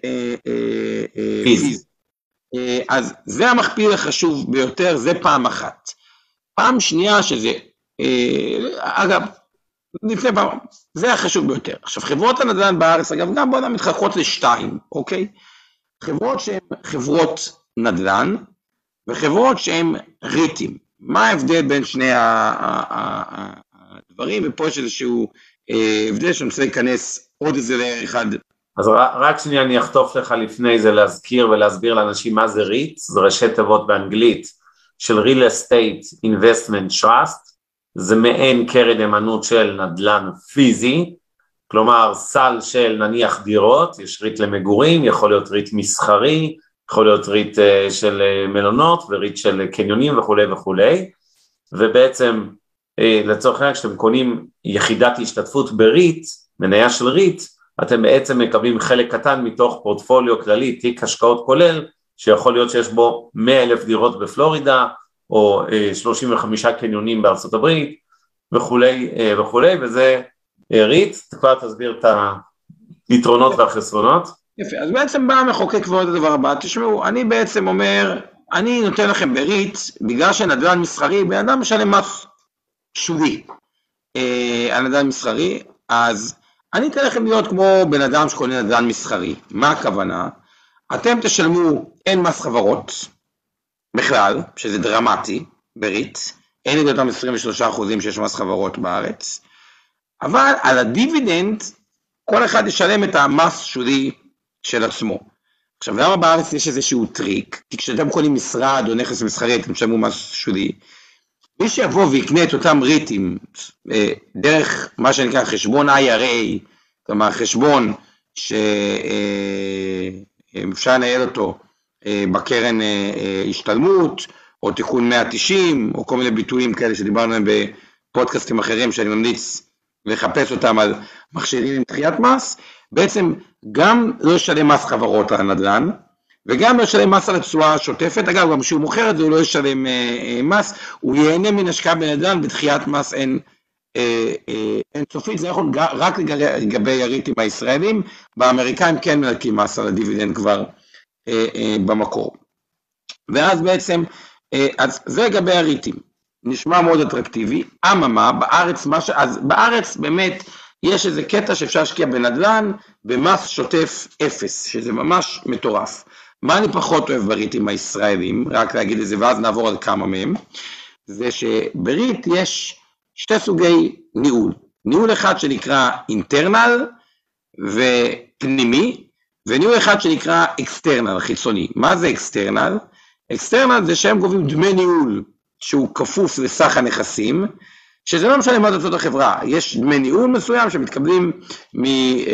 פיזי. אז זה המכפיל החשוב ביותר, זה פעם אחת. פעם שנייה שזה, אגב, לפני פעם, זה החשוב ביותר. עכשיו, חברות הנדל"ן בארץ, אגב, גם בעולם מתחלקות לשתיים, אוקיי? חברות שהן חברות נדל"ן, וחברות שהן ריטים. מה ההבדל בין שני הדברים? ופה יש איזשהו הבדל שאני רוצה להיכנס עוד איזה לאר אחד. אז רק שנייה אני אחטוף לך לפני זה להזכיר ולהסביר לאנשים מה זה ריט, זה ראשי תיבות באנגלית של real estate investment trust, זה מעין קרן אמנות של נדל"ן פיזי, כלומר סל של נניח דירות, יש ריט למגורים, יכול להיות ריט מסחרי, יכול להיות ריט של מלונות וריט של קניונים וכו' וכו', ובעצם לצורך העניין כשאתם קונים יחידת השתתפות בריט, מניה של ריט, אתם בעצם מקבלים חלק קטן מתוך פורטפוליו כללי, תיק השקעות כולל, שיכול להיות שיש בו מאה אלף דירות בפלורידה, או שלושים וחמישה קניונים בארצות הברית, וכולי וכולי, וזה ריט, כבר תסביר את היתרונות והחסרונות. יפה, אז בעצם בא המחוקק ועוד הדבר הבא, תשמעו, אני בעצם אומר, אני נותן לכם בריט, בגלל שנדל"ן מסחרי, בן אדם משלם מס שולי, על נדל"ן מסחרי, אז אני אתן לכם להיות כמו בן אדם שקונה נדל"ן מסחרי. מה הכוונה? אתם תשלמו, אין מס חברות, בכלל, שזה דרמטי, בריט, אין את אותם עשרים ושלושה אחוזים שיש מס חברות בארץ, אבל על הדיבידנד, כל אחד ישלם את המס שולי של עצמו. עכשיו, למה בארץ יש איזשהו טריק? כי כשאתם קונים משרד או נכס מסחרי, אתם תשלמו מס שולי, מי שיבוא ויקנה את אותם ריטים, דרך מה שנקרא חשבון איי אר איי, כלומר חשבון שאפשר לנהל אותו בקרן השתלמות, או תיקון מאה תשעים, או כל מיני ביטויים כאלה שדיברנו עליהם בפודקאסטים אחרים, שאני ממליץ לחפש אותם על מכשירים עם דחיית מס, בעצם גם לא ישלם מס חברות על הנדל"ן, וגם לא ישלם מס על התשואה השוטפת. אגב, גם כשהוא מוכר את זה הוא לא ישלם אה, אה, מס, הוא ייהנה מן השקעה בנדל"ן, בדחיית מס אין, אה, אה, אין סופית. זה יכול רק לגבי הריטים הישראלים, באמריקאים כן מנקים מס על הדיבידנד כבר אה, אה, במקור. ואז בעצם, אה, אז זה לגבי הריטים, נשמע מאוד אטרקטיבי. אממה, בארץ, מה ש... אז בארץ באמת יש איזה קטע שאפשר להשקיע בנדל"ן, במס שוטף אפס, שזה ממש מטורף. מה אני פחות אוהב בריטים הישראלים, רק להגיד את זה ואז נעבור על כמה מהם, זה שבריט יש שתי סוגי ניהול. ניהול אחד שנקרא אינטרנל ופנימי, וניהול אחד שנקרא אקסטרנל, חיצוני. מה זה אקסטרנל? אקסטרנל זה שהם גובים דמי ניהול שהוא כפוף לסך הנכסים, שזה לא משנה מה תוצאות החברה. יש דמי ניהול מסוים שמתקבלים מ...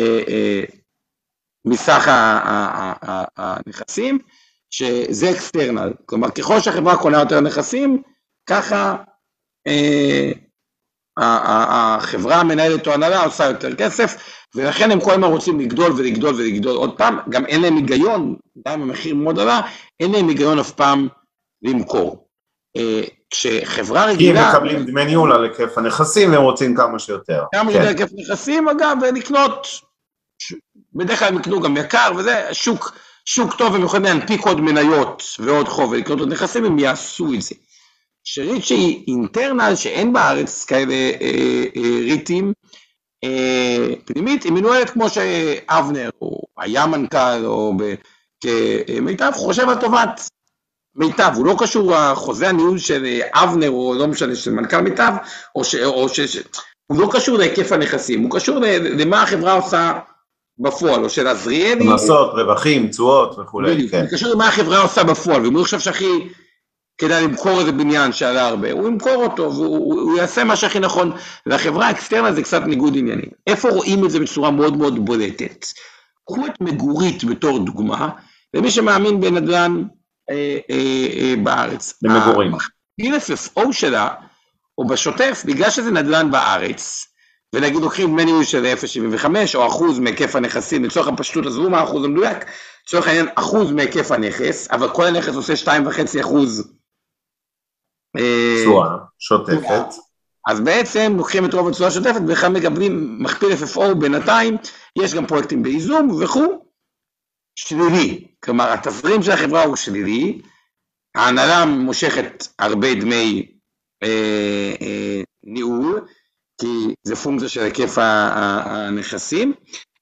מסך הנכסים, שזה אקסטרנל, כלומר ככל שהחברה קונה יותר נכסים, ככה אה, החברה המנהלת או הנהלה עושה יותר כסף, ולכן הם כל הזמן רוצים לגדול ולגדול ולגדול עוד פעם, גם אין להם היגיון, גם המחיר מאוד עלה, אין להם היגיון אף פעם למכור. אה, כשחברה רגילה... כי הם מקבלים דמי ניהול על היקף הנכסים, והם רוצים כמה שיותר. כמה שיותר היקף נכסים, אגב, ולקנות... בדרך כלל הם יקנו גם יקר, וזה שוק, שוק טוב, הם יכולים להנפיק עוד מניות ועוד חוב, ולקנות עוד נכסים, הם יעשו את זה. שריט שהיא אינטרנל, שאין בארץ כאלה אה, אה, ריטים, אה, פנימית, היא מנוהלת כמו שאבנר, או היה מנכ"ל, או כמיטב, חושב על טובת מיטב, הוא לא קשור לחוזה הניהול של אבנר, או לא משנה, של מנכ"ל מיטב, או ש... או ש... הוא לא קשור להיקף הנכסים, הוא קשור למה החברה עושה בפועל, או של עזריאלי. הכנסות, רווחים, תשואות וכולי. הוא קשור למה החברה עושה בפועל, ואם הוא חושב שהכי כדאי למכור איזה בניין שעלה הרבה, הוא ימכור אותו, והוא יעשה מה שהכי נכון, והחברה האקסטרנלית זה קצת ניגוד עניינים. איפה רואים את זה בצורה מאוד מאוד בולטת? קחו את מגורית בתור דוגמה, למי שמאמין בנדל"ן אה, אה, אה, בארץ. במגורים. ה-אף אף או שלה, או בשוטף, בגלל שזה נדל"ן בארץ, ונגיד לוקחים דמי ניהול של אפס נקודה שבעים וחמש, או אחוז מהיקף הנכסים, לצורך הפשטות הזו, מה האחוז המדויק? לצורך העניין, אחוז מהיקף הנכס, אבל כל הנכס עושה שתיים נקודה חמש אחוז תשואה שוטפת. אז בעצם לוקחים את רוב התשואה השוטפת, ואחד מקבלים מכפיל אף אף או בינתיים, יש גם פרויקטים באיזום וכו', שלילי. כלומר, התזרים של החברה הוא שלילי, ההנהלה מושכת הרבה דמי אה, אה, ניהול, כי זה פונקציה של היקף הנכסים,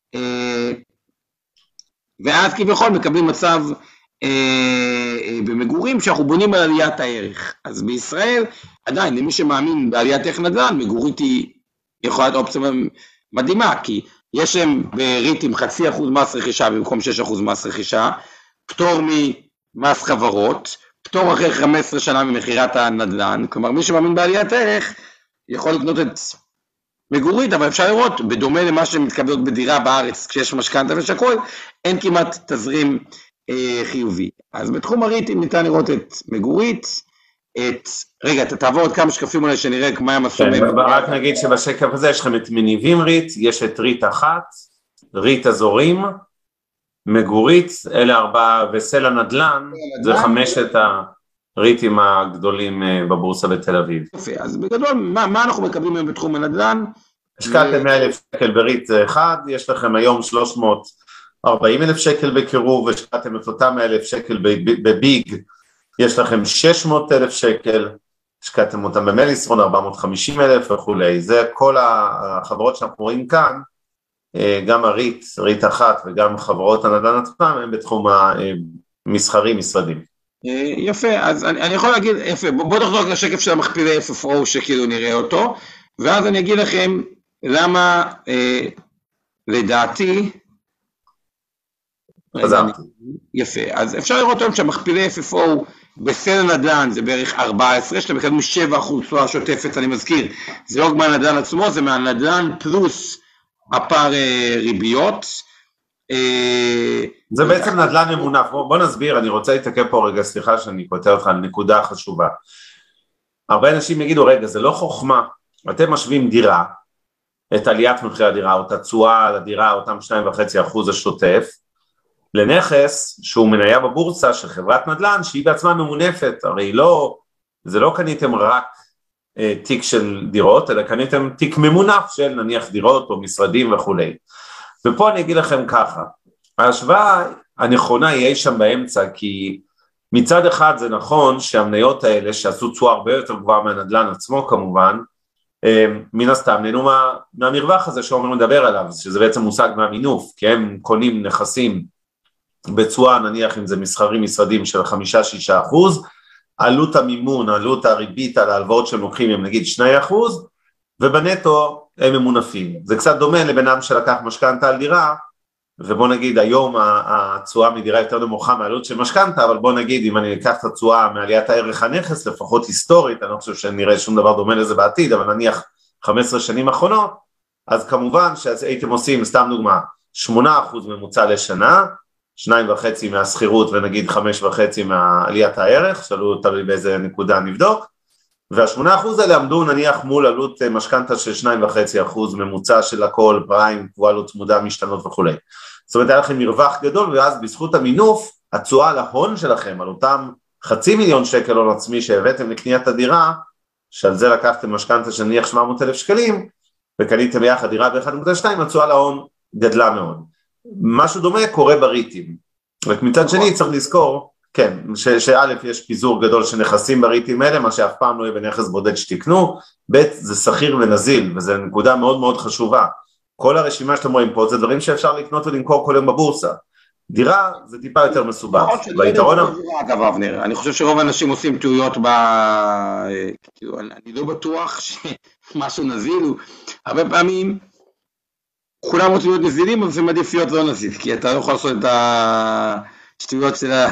ואז כביכול מקבלים מצב במגורים שאנחנו בונים על עליית הערך. אז בישראל, עדיין, למי שמאמין בעליית ערך נדל"ן, מגורית היא יכולה להיות אופציה מדהימה, כי יש להם בריטים חצי אחוז מס רכישה במקום שש אחוז מס רכישה, פטור ממס חברות, פטור אחרי חמש עשרה שנה ממחירת הנדל"ן, כלומר מי שמאמין בעליית ערך, יכול לקנות את מגורית, אבל אפשר לראות, בדומה למה שמתקבלות בדירה בארץ, כשיש משכנתא ושכל, אין כמעט תזרים אה, חיובי. אז בתחום הריטים ניתן לראות את מגורית, את, רגע, אתה תעבור עוד כמה שקפים אולי שנראה מה הם עשו. כן, רק נגיד שבשקף הזה יש לכם את מניבים ריט, יש את ריט אחת, ריט אזורים, מגורית, אלה ארבעה, וסלע נדל"ן, זה חמשת ה... ריטים הגדולים בבורסה בתל אביב. יפה, אז בגדול, מה, מה אנחנו מקבלים היום בתחום הנדל"ן? השקעתם מאה אלף שקל בריט אחד, יש לכם היום שלוש מאות וארבעים אלף שקל בקירוב, השקעתם את אותם מאה אלף שקל בביג, יש לכם שש מאות אלף שקל, השקעתם אותם במליסרון ארבע מאות וחמישים אלף וכולי. זה כל החברות שאנחנו רואים כאן, גם הריט, ריט אחת וגם חברות הנדל"ן עצמם, הם בתחום המסחרי משרדים. יפה, אז אני, אני יכול להגיד, יפה, בוא, בוא תחזור לשקף של המכפילי אף אף או שכאילו נראה אותו, ואז אני אגיד לכם למה אה, לדעתי, חזרתי. יפה, אז אפשר לראות היום שהמכפילי אף אף או בסל נדל"ן זה בערך ארבע עשרה, שאתם מקבלים שבע אחוז תשואה שוטפת, אני מזכיר, זה לא מהנדל"ן עצמו, זה מהנדל"ן פלוס הפער ריביות. זה בעצם נדל"ן ממונף, בוא נסביר, אני רוצה להתעכב פה רגע, סליחה שאני כותב לך על נקודה חשובה. הרבה אנשים יגידו, רגע, זה לא חוכמה, אתם משווים דירה, את עליית מחירי הדירה, או את התשואה על הדירה, אותם שתיים וחצי אחוז השוטף, לנכס שהוא מניה בבורסה של חברת נדל"ן, שהיא בעצמה ממונפת, הרי לא, זה לא קניתם רק אה, תיק של דירות, אלא קניתם תיק ממונף של נניח דירות או משרדים וכו'. ופה אני אגיד לכם ככה, ההשוואה הנכונה היא שם באמצע, כי מצד אחד זה נכון שהמניות האלה שעשו תשואה הרבה יותר גבוהה מהנדל"ן עצמו כמובן, מן הסתם נהנו מה, מהמרווח הזה שאומרים לדבר עליו, שזה בעצם מושג מהמינוף, כי הם קונים נכסים בצורה, נניח אם זה מסחרים משרדים של חמישה שישה אחוז, עלות המימון, עלות הריבית על ההלוואות שהם לוקחים הם נגיד שני אחוז, ובנטו הם ממונפים. זה קצת דומה לבנם שלקח משכנתה על דירה, ובוא נגיד היום התשואה מדירה יותר נמוכה מעלות של משכנתה, אבל בוא נגיד אם אני אקח את התשואה מעליית הערך הנכס, לפחות היסטורית, אני לא חושב שנראה שום דבר דומה לזה בעתיד, אבל נניח חמש עשרה שנים האחרונות, אז כמובן שהייתם עושים, סתם דוגמה, שמונה אחוז ממוצע לשנה, שניים וחצי מהסחירות ונגיד חמש וחצי מעליית הערך, שאלו תלוי באיזה נקודה נבדוק, והשמונה אחוז האלה עמדו נניח מול עלות משכנתה של שניים וחצי אחוז ממוצע של הכל, פריים, קבועה לא צמודה, משתנות וכו'. זאת אומרת, היה לכם מרווח גדול, ואז בזכות המינוף, התשואה להון שלכם, על אותם חצי מיליון שקל הון עצמי שהבאתם לקניית הדירה, שעל זה לקחתם משכנתה של נניח שבע מאות אלף שקלים, וקניתם ביחד דירה ב-אחת נקודה שתיים, התשואה להון גדלה מאוד. משהו דומה קורה בריטים. רק מצד שני צריך לזכור, כן, שא' יש פיזור גדול שנכסים בריטים האלה, מה שאף פעם לא יהיה בנכס בודד שתקנו, ב' זה שכיר ונזיל, וזו נקודה מאוד מאוד חשובה. כל הרשימה שאתם רואים פה, זה דברים שאפשר לקנות ולמכור כל יום בבורסה. דירה זה טיפה יותר מסובך. והיתרון... אגב, אבנר, אני חושב שרוב האנשים עושים טעויות ב... אני לא בטוח שמשהו נזיל, הרבה פעמים כולם רוצים להיות נזילים, אבל זה מעדיף להיות לא נזיל, כי אתה לא יכול לעשות את השטויות של ה...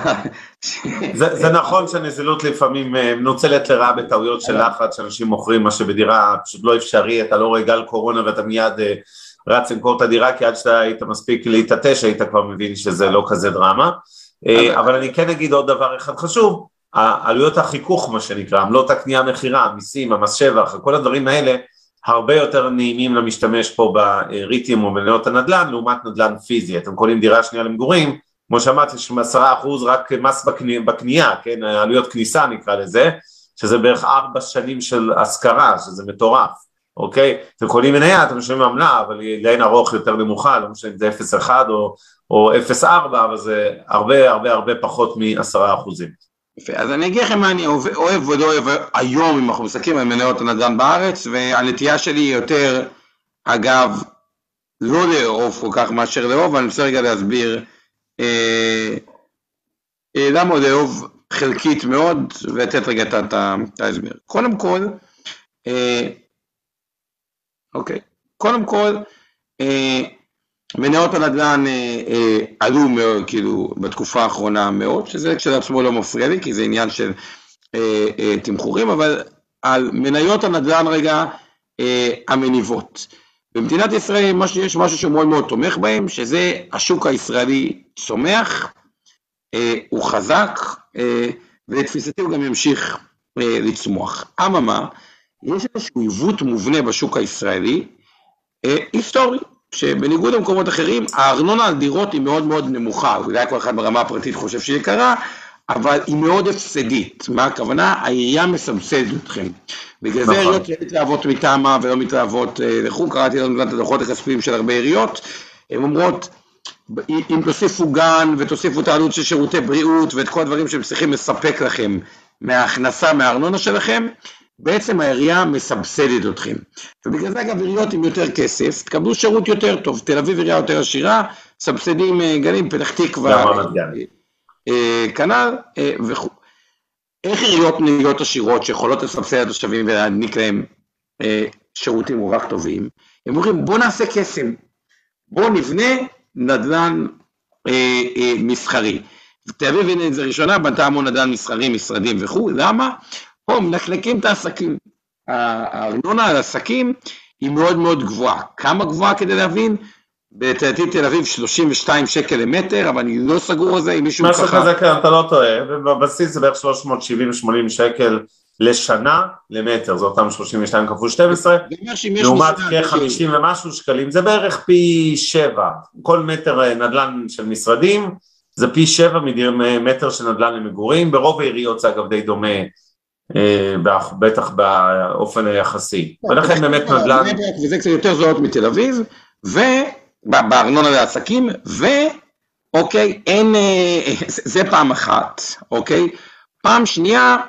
זה נכון שהנזילות לפעמים מנוצלת לרעה בטעויות של לחץ, שאנשים מוכרים מה שבדירה פשוט לא אפשרי, אתה לא רואה גל קורונה ואתה מיד רץ למכור את הדירה, כי עד שאתה היית מספיק להתעטש, היית כבר מבין שזה לא כזה דרמה. אבל אני כן אגיד עוד דבר אחד חשוב, העלויות החיכוך מה שנקרא, עמלות הקנייה מחירה, המיסים, המס שבח, כל הדברים האלה, הרבה יותר נעימים למשתמש פה בריטים או במניות הנדל"ן, לעומת נדל"ן פיזי. אתם קונים דירה שנייה למגורים, כמו שאמרתי, עשרה אחוז רק מס בקנייה, כן, עלויות כניסה נקרא לזה, שזה בערך ארבע שנים של השכרה, שזה מטורף, אוקיי? אתם קונים מניה, אתם משלמים עמלה, אבל היא לאין ארוך יותר נמוכה, לא משנה אם זה אפס נקודה אחת או, או אפס נקודה ארבע, אבל זה הרבה הרבה הרבה פחות מ-עשרה אחוזים. יפה, אז אני אגיד לכם מה אני אוהב ולא אוהב היום, אם אנחנו מסתכלים על מניות הנדל"ן בארץ, והנטייה שלי היא יותר, אגב, לא לאהוב כל כך מאשר לאהוב, אבל אני רוצה רגע להסביר, אה, אה, למה לאהוב חלקית מאוד, ולתת רגע את ההסבר. קודם כל, אה, אוקיי, קודם כל, אה, מניות הנדל"ן אה, אה, עלו מאוד, כאילו, בתקופה האחרונה מאוד, שזה כשלעצמו לא מפריע לי, כי זה עניין של אה, אה, תמחורים, אבל על מניות הנדל"ן רגע, אה, המניבות. במדינת ישראל מה שיש משהו שמאוד מאוד תומך בהם, שזה השוק הישראלי צומח, אה, הוא חזק, אה, ולתפיסתי הוא גם ימשיך אה, לצמוח. אממה, יש איזשהו עיוות מובנה בשוק הישראלי, אה, היסטורי, שבניגוד למקומות אחרים, הארנונה על דירות היא מאוד מאוד נמוכה, אולי כל אחד ברמה הפרטית חושב שהיא יקרה, אבל היא מאוד הפסדית. מה הכוונה? העירייה מסבסדת אתכם. בגלל זה העיריות לא מתלהבות מטעמה ולא מתלהבות לחוק, קראתי לנו את הדוחות הכספיים של הרבה עיריות, הן אומרות, אם תוסיפו גן ותוסיפו את העלות של שירותי בריאות ואת כל הדברים שהם צריכים לספק לכם מההכנסה, מהארנונה שלכם, בעצם העירייה מסבסדת אתכם. ובגלל זה אגב עיריות עם יותר כסף, תקבלו שירות יותר טוב, תל אביב עירייה יותר עשירה, סבסדים גנים, פתח תקווה, כנ"ל וכו'. איך עיריות נהיות עשירות שיכולות לסבסד את התושבים ולהעניק להם שירותים כל כך טובים? הם אומרים בוא נעשה קסם, בוא נבנה נדל"ן מסחרי. תל אביב, הנה זה ראשונה, בנתה המון נדל"ן מסחרים, משרדים וכו', למה? פה מנחלקים את העסקים, הארנונה על עסקים היא מאוד מאוד גבוהה, כמה גבוהה כדי להבין? בתל תל אביב שלושים ושתיים שקל למטר, אבל אני לא סגור על זה, אם מישהו ככה... משהו כזה, כן, אתה לא טועה, בבסיס זה בערך שלוש מאות שבעים שמונים שקל לשנה למטר, זה אותם שלושים ושתיים כפול שתים עשרה, לעומת כ-חמישים ומשהו שקלים, זה בערך פי שבע, כל מטר נדל"ן של משרדים, זה פי שבע מטר של נדל"ן למגורים, ברוב העיריות זה אגב די דומה, בטח באופן היחסי, ולכן באמת נדל"ן... וזה קצת יותר זולות מתל אביב, ובארנונה לעסקים, ואוקיי, אין, זה פעם אחת, אוקיי, פעם שנייה,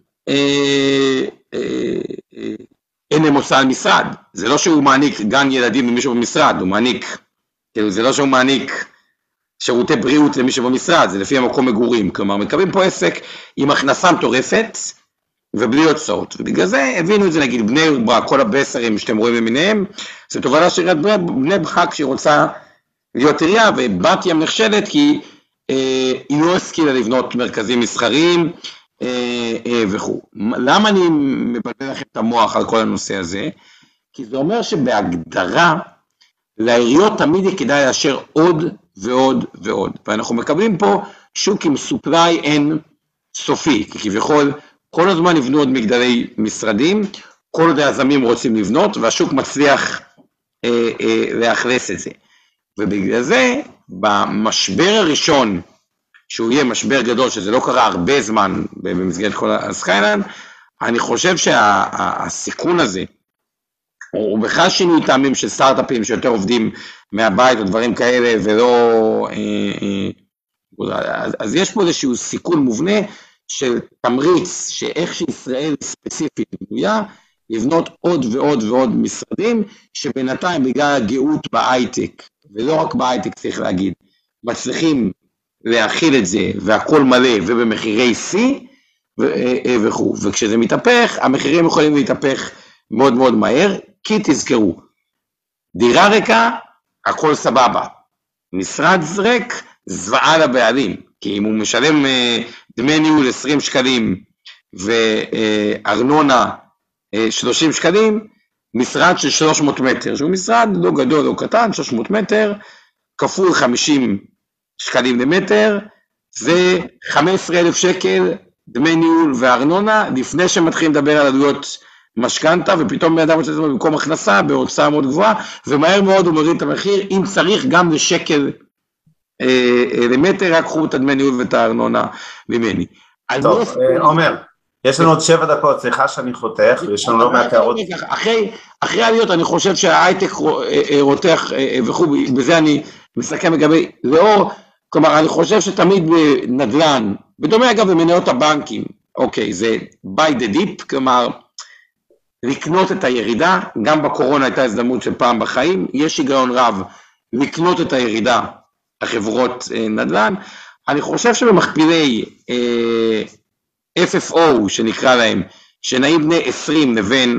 אין למוצא על משרד, זה לא שהוא מעניק גן ילדים למישהו במשרד, הוא מעניק, זה לא שהוא מעניק שירותי בריאות למישהו במשרד, זה לפי המקום מגורים, כלומר מקבלים פה עסק עם הכנסה מטורפת, ובלי הוצאות, ובגלל זה הבינו את זה, נגיד בני ברק, כל הבסרים שאתם רואים למיניהם, זה תובנה שעיריית בני ברק שהיא רוצה להיות עירייה, ובת ים נחשלת כי אה, היא לא השכילה לבנות מרכזים מסחריים אה, אה, וכו'. למה אני מבלבל לכם את המוח על כל הנושא הזה? כי זה אומר שבהגדרה לעיריות תמיד היא כדאי לאשר עוד ועוד ועוד, ואנחנו מקבלים פה שוק עם סופליי אין סופי, כי כביכול כל הזמן נבנו עוד מגדלי משרדים, כל עוד היזמים רוצים לבנות, והשוק מצליח אה, אה, לאכלס את זה. ובגלל זה, במשבר הראשון, שהוא יהיה משבר גדול, שזה לא קרה הרבה זמן במסגרת כל הסקיילן, אני חושב שהסיכון שה, הזה, הוא בכלל שינוי טעמים של סטארט-אפים שיותר עובדים מהבית או דברים כאלה, ולא... אה, אה, אז, אז יש פה איזשהו סיכון מובנה, של תמריץ, שאיך שישראל ספציפית בנויה, לבנות עוד ועוד ועוד משרדים, שבינתיים בגלל הגאות בהייטק, ולא רק בהייטק צריך להגיד, מצליחים להכיל את זה, והכל מלא ובמחירי C, וכו'. וכשזה מתהפך, המחירים יכולים להתהפך מאוד מאוד מהר, כי תזכרו, דירה ריקה, הכל סבבה. משרד זרק, זוועה לבעלים, כי אם הוא משלם דמי ניהול עשרים שקלים, וארנונה שלושים שקלים, משרד של שלוש מאות מטר, שהוא משרד לא גדול או קטן, שלוש מאות מטר, כפול חמישים שקלים למטר, זה חמישה עשר אלף שקל דמי ניהול וארנונה, לפני שמתחילים לדבר על עלויות משכנתה, ופתאום באדם מוצא את זה במקום הכנסה, בהוצאה מאוד גבוהה, ומהר מאוד הוא מוריד את המחיר, אם צריך גם לשקל למטר, רק קחו את הדמי ניהול ואת הארנונה ממני. טוב, עומר, יש לנו עוד שבע דקות, סליחה שאני חותך, ויש לנו לא מעט הערות. אחרי העליות, אני חושב שההייטק רותח וכו', בזה אני מסכם לגבי לאור, כלומר, אני חושב שתמיד בנדל"ן, בדומה אגב במניות הבנקים, אוקיי, זה buy the dip, כלומר, לקנות את הירידה, גם בקורונה הייתה הזדמנות של פעם בחיים, יש היגיון רב לקנות את הירידה, החברות נדל"ן, אני חושב שבמכפילי אף אף או שנקרא להם, שנעים בני עשרים לבין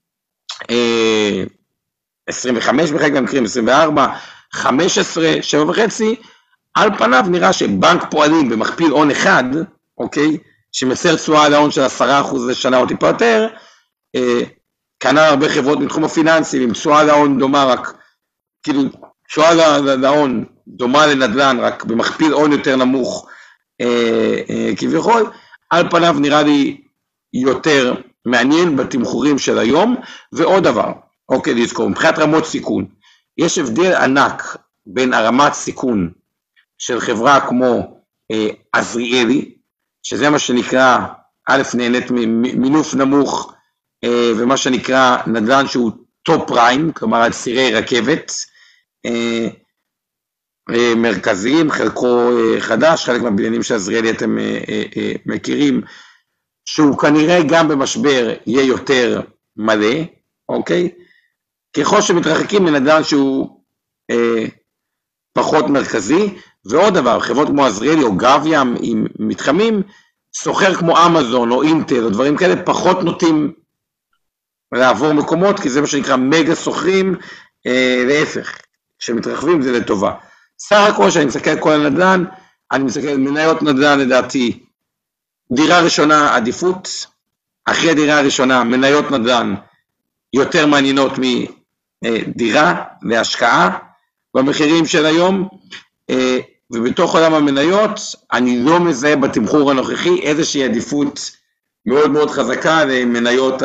עשרים וחמש בחלק מהמקרים, עשרים וארבע, חמש עשרה, שבע וחצי, על פניו נראה שבנק פועלים במכפיל הון אחד, אוקיי, שמסר תשואה על ההון של עשרה אחוז לשנה או טיפה יותר, כנ"ל הרבה חברות מתחום הפיננסי, עם תשואה על ההון דומה רק, כאילו, תשואה על ההון דומה לנדל"ן, רק במכפיל הון יותר נמוך, אה, אה, כביכול, על פניו נראה לי יותר מעניין בתמחורים של היום, ועוד דבר, אוקיי, לזכור, מבחינת רמות סיכון, יש הבדל ענק בין הרמת סיכון של חברה כמו אה, עזריאלי, שזה מה שנקרא, א' נהנית מינוף נמוך, אה, ומה שנקרא נדל"ן שהוא טופ פריים, כלומר על צירי רכבת, אה, מרכזיים, חלקו חדש, חלק מהבניינים של עזריאלי אתם מכירים, שהוא כנראה גם במשבר יהיה יותר מלא, אוקיי? ככל שמתרחקים לנדל"ן שהוא אה, פחות מרכזי, ועוד דבר, חברות כמו עזריאלי או גב-ים עם מתחמים, סוחר כמו אמזון או אינטל או דברים כאלה, פחות נוטים לעבור מקומות, כי זה מה שנקרא מגה סוחרים, אה, להפך, כשמתרחבים זה לטובה. סך הכל שאני מסתכל על כל הנדל"ן, אני מסתכל, מניות נדל"ן לדעתי, דירה ראשונה עדיפות, אחרי הדירה הראשונה מניות נדל"ן יותר מעניינות מדירה והשקעה במחירים של היום, ובתוך עולם המניות אני לא מזהה בתמחור הנוכחי איזושהי עדיפות מאוד מאוד חזקה למניות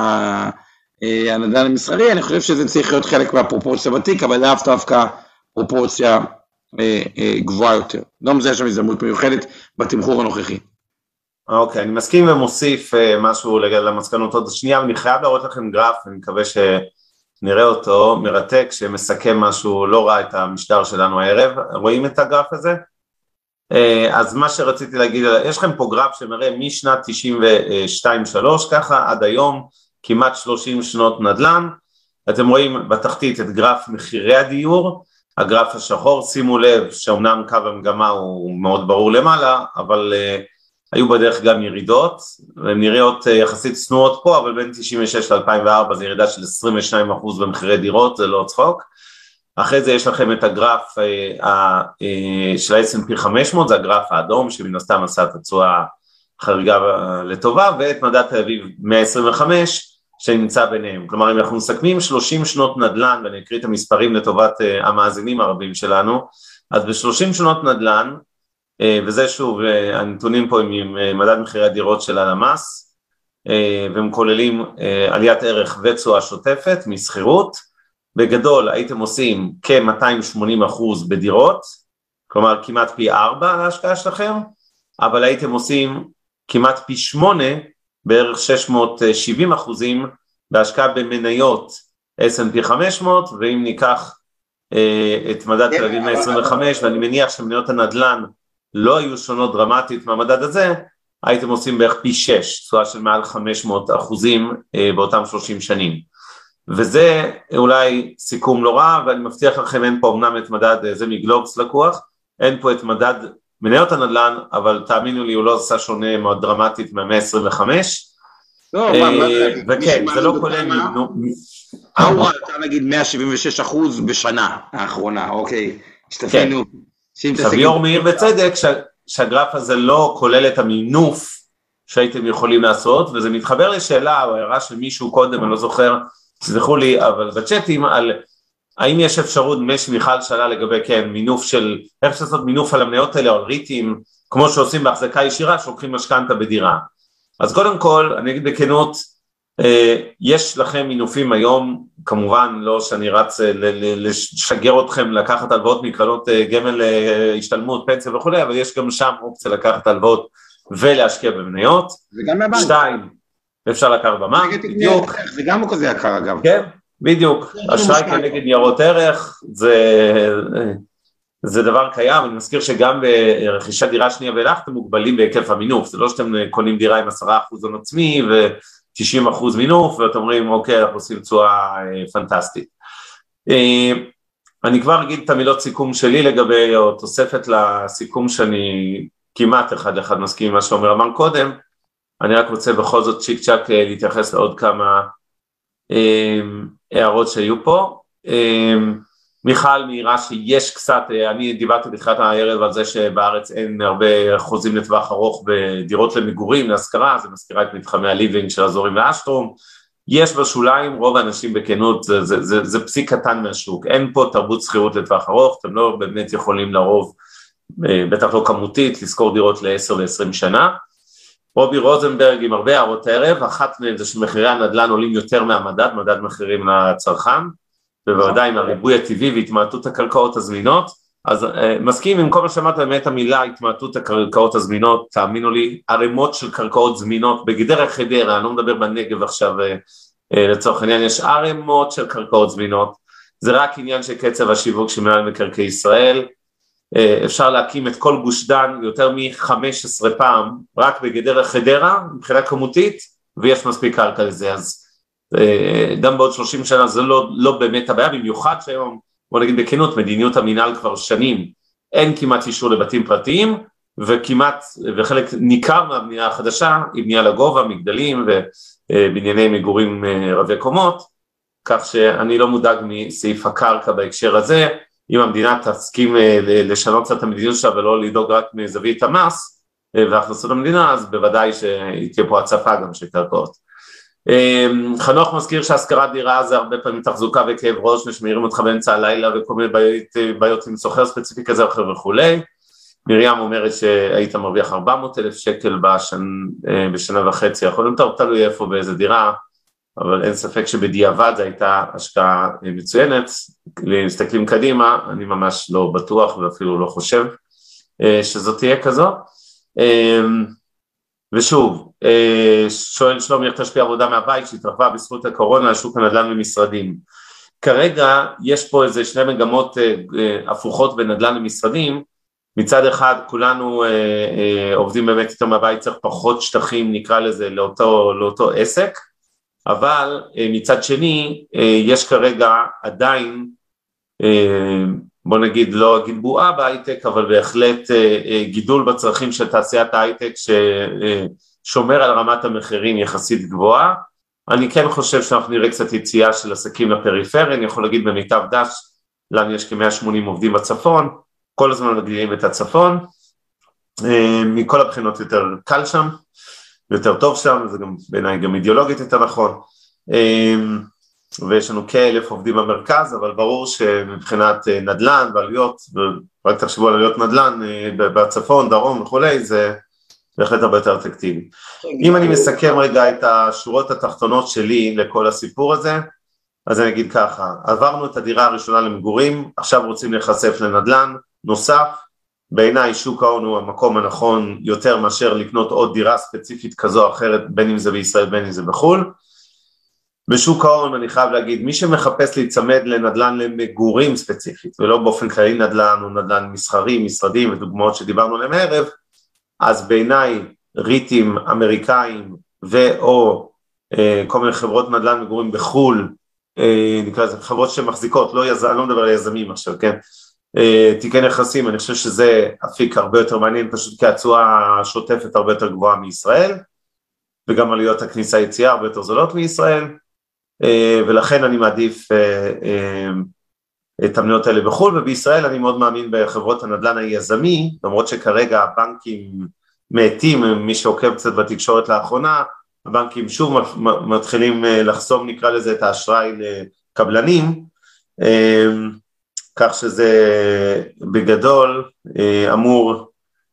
הנדל"ן המסחרי. אני חושב שזה צריך להיות חלק מהפרופורציה בתיק, אבל לאו דווקא פרופורציה גבוהה יותר. לא מזהה שם הזדמנות מיוחדת בתמחור הנוכחי. אוקיי, אני מסכים ומוסיף משהו למסקנות עוד שנייה, אני חייב להראות לכם גרף, אני מקווה שנראה אותו, מרתק, שמסכם משהו, לא ראה את המשדר שלנו הערב, רואים את הגרף הזה? אז מה שרציתי להגיד, יש לכם פה גרף שמראה משנת תשעים ושתיים שלוש ככה עד היום, כמעט שלושים שנות נדל"ן, אתם רואים בתחתית את גרף מחירי הדיור, הגרף השחור, שימו לב שאומנם קו המגמה הוא מאוד ברור למעלה, אבל uh, היו בדרך גם ירידות, והן נראות uh, יחסית צנועות פה, אבל בין תשעים ושש ל-אלפיים וארבע זה ירידה של עשרים ושניים אחוז במחירי דירות, זה לא צחוק. אחרי זה יש לכם את הגרף uh, uh, uh, של ה-אס אנד פי חמש מאות, זה הגרף האדום, שמן הסתם עשה את התשואה חריגה uh, לטובה, ואת מדד תל אביב מאה עשרים וחמש, שנמצא ביניהם. כלומר, אם אנחנו מסכמים שלושים שנות נדל"ן, ואני אקריא את המספרים לטובת uh, המאזינים הרבים שלנו, אז ב-שלושים שנות נדל"ן, uh, וזה שוב, uh, הנתונים פה הם עם uh, מדד מחירי הדירות של הלמ"ס, uh, והם כוללים uh, עליית ערך ותשואה שוטפת מסחירות, בגדול הייתם עושים כ-מאתיים ושמונים אחוז בדירות, כלומר כמעט פי ארבע על ההשקעה שלכם, אבל הייתם עושים כמעט פי שמונה, בערך שש מאות ושבעים אחוזים בהשקעה במניות אס אנד פי חמש מאות, ואם ניקח אה, את מדד תל אביב מאה עשרים וחמש, ואני מניח שמניות הנדל"ן לא היו שונות דרמטית מהמדד הזה, הייתם עושים בערך פי שש, תשואה של מעל חמש מאות אחוזים אה, באותם שלושים שנים. וזה אולי סיכום לא רע, ואני מבטיח לכם, אין פה אמנם את מדד, זה מגלובס לקוח, אין פה את מדד מניות הנדל"ן, אבל תאמינו לי, הוא לא עשה שונה מאוד דרמטית מה-מאה עשרים וחמש, וכן, זה לא כולל... אהורה, אתה נגיד מאה שבעים ושש אחוז בשנה האחרונה, אוקיי, שתפינו. סביור מאיר בצדק, שהגרף הזה לא כולל את המינוף שהייתם יכולים לעשות, וזה מתחבר לשאלה, או הערה של מישהו קודם, אני לא זוכר, תסלחו לי, אבל בצ'אטים, על... האם יש אפשרות, מש מיכל שאלה לגבי, כן, מינוף של, איך לעשות מינוף על המניות האלה, או על ריטים, כמו שעושים בהחזקה ישירה, שלוקחים משכנתה בדירה. אז קודם כל, אני אגיד בכנות, אה, יש לכם מינופים היום, כמובן לא שאני רץ לשגר אתכם לקחת הלוואות מקרנות גמל השתלמות, פנסיה וכו', אבל יש גם שם אופציה לקחת הלוואות ולהשקיע במניות. זה גם מהבנק. שתיים, אפשר לקחת במה, בדיוק. זה גם לא כזה יקר אגב. כן. בדיוק, אשראי כנגד ניירות ערך, זה, זה דבר קיים. אני מזכיר שגם ברכישת דירה שנייה ואילך אתם מוגבלים בהיקף המינוף, זה לא שאתם קונים דירה עם עשרה אחוז הון עצמי ו-תשעים אחוז מינוף, ואתם אומרים אוקיי, אנחנו עושים תשואה פנטסטית. אני כבר אגיד את המילות סיכום שלי לגבי, או תוספת לסיכום שאני כמעט אחד לאחד מסכים עם מה שאומר אמר קודם, אני רק רוצה בכל זאת צ'יק צ'ק להתייחס לעוד כמה הערות שהיו פה. מיכל מהירה שיש קצת, אני דיברתי בתחילת הערב על זה שבארץ אין הרבה חוזים לטווח ארוך בדירות למגורים, להשכרה, זה מזכירה את מתחמי הליבינג של אזורים לאשטרום, יש בשוליים, רוב האנשים בכנות, זה, זה, זה, זה פסיק קטן מהשוק, אין פה תרבות שכירות לטווח ארוך, אתם לא באמת יכולים לרוב, בטח לא כמותית, לזכור דירות ל-עשר ל-עשרים שנה, רובי רוזנברג עם הרבה הערות הערב, אחת מהן זה שמחירי הנדל"ן עולים יותר מהמדד, מדד מחירים לצרכן, ובוודאי עם הריבוי הטבעי והתמעטות הקרקעות הזמינות, אז uh, מסכים עם כל מה שאמרת, באמת המילה התמעטות הקרקעות הזמינות, תאמינו לי, ערימות של קרקעות זמינות, בגדרה חדרה, אני לא מדבר בנגב עכשיו, uh, uh, לצורך העניין, יש ערימות של קרקעות זמינות, זה רק עניין של קצב השיווק שמנהל מקרקעי ישראל, אפשר להקים את כל גוש דן יותר מ-חמש עשרה פעם, רק בגדרה חדרה, מבחינה כמותית, ויש מספיק קרקע לזה, אז גם בעוד שלושים שנה זה לא, לא באמת הבעיה, במיוחד שהיום, בוא נגיד בכנות, מדיניות המינהל כבר שנים, אין כמעט אישור לבתים פרטיים, וכמעט, וחלק ניכר מהבנייה החדשה, היא בנייה לגובה, מגדלים ובנייני מגורים רבי קומות, כך שאני לא מודאג מסעיף הקרקע בהקשר הזה, אם המדינה תסכים לשנות קצת את המדיניות שלה ולא לדאוג רק מזווית המס והכנסות המדינה, אז בוודאי שתהיה פה הצפה גם של קרקעות. חנוך מזכיר שהשכרת דירה זה הרבה פעמים תחזוקה וכאב ראש, משמירים אותך באמצע הלילה וכל מיני בעיות, בעיות עם סוחר ספציפי כזה או אחר וכולי. מרים אומרת שהיית מרוויח ארבע מאות אלף שקל בשנה, בשנה וחצי, יכול להיות תלוי איפה באיזה דירה, אבל אין ספק שבדיעבד זו הייתה השקעה מצוינת. להסתכלים קדימה, אני ממש לא בטוח ואפילו לא חושב שזאת תהיה כזו. ושוב, שואל שלומי איך תשפיע עבודה מהבית שהתרחבה בזכות הקורונה על שוק הנדל"ן ומשרדים. כרגע יש פה איזה שני מגמות הפוכות בנדל"ן למשרדים. מצד אחד כולנו עובדים באמת איתו מהבית, צריך פחות שטחים נקרא לזה לאותו, לאותו עסק, אבל מצד שני יש כרגע עדיין, בוא נגיד לא אגיד בועה בהייטק, אבל בהחלט גידול בצרכים של תעשיית ההייטק ששומר על רמת המחירים יחסית גבוהה. אני כן חושב שאנחנו נראה קצת יציאה של עסקים לפריפריה, אני יכול להגיד במיטב דש, לנו יש כ-מאה ושמונים עובדים בצפון, כל הזמן מגדילים את הצפון, מכל הבחינות יותר קל שם, יותר טוב שם, זה גם בעיניי גם אידיאולוגית יותר נכון, ויש לנו כאלף עובדים במרכז, אבל ברור שמבחינת נדל"ן ועלויות, ורק תחשבו על עלויות נדל"ן בצפון, דרום וכולי, זה בהחלט הרבה יותר אפקטיבי. אם אני מסכם רגע את השורות התחתונות שלי לכל הסיפור הזה, אז אני אגיד ככה, עברנו את הדירה הראשונה למגורים, עכשיו רוצים להיחשף לנדל"ן, נוסף, בעיניי שוק ההון הוא המקום הנכון יותר מאשר לקנות עוד דירה ספציפית כזו או אחרת, בין אם זה בישראל בין אם זה בחול. בשוק ההון אני חייב להגיד, מי שמחפש להצמד לנדל"ן למגורים ספציפית, ולא באופן כללי נדל"ן או נדל"ן מסחרי, משרדים ודוגמאות שדיברנו עליהם הערב, אז בעיניי ריטים אמריקאים ואו אה, כל מיני חברות נדל"ן מגורים בחול, אה, נקרא לזה חברות שמחזיקות, לא, יז... לא מדבר על יזמים עכשיו, כן? תיקי נכסים, אני חושב שזה אפיק הרבה יותר מעניין, פשוט כי התשואה השוטפת הרבה יותר גבוהה מישראל, וגם עלויות הכניסה יציאה הרבה יותר זולות מישראל, ולכן אני מעדיף את המניות האלה בחול, ובישראל אני מאוד מאמין בחברות הנדל"ן היזמי, למרות שכרגע הבנקים מעטים, מי שעוקב קצת בתקשורת לאחרונה, הבנקים שוב מתחילים לחסום, נקרא לזה, את האשראי לקבלנים, כך שזה בגדול אמור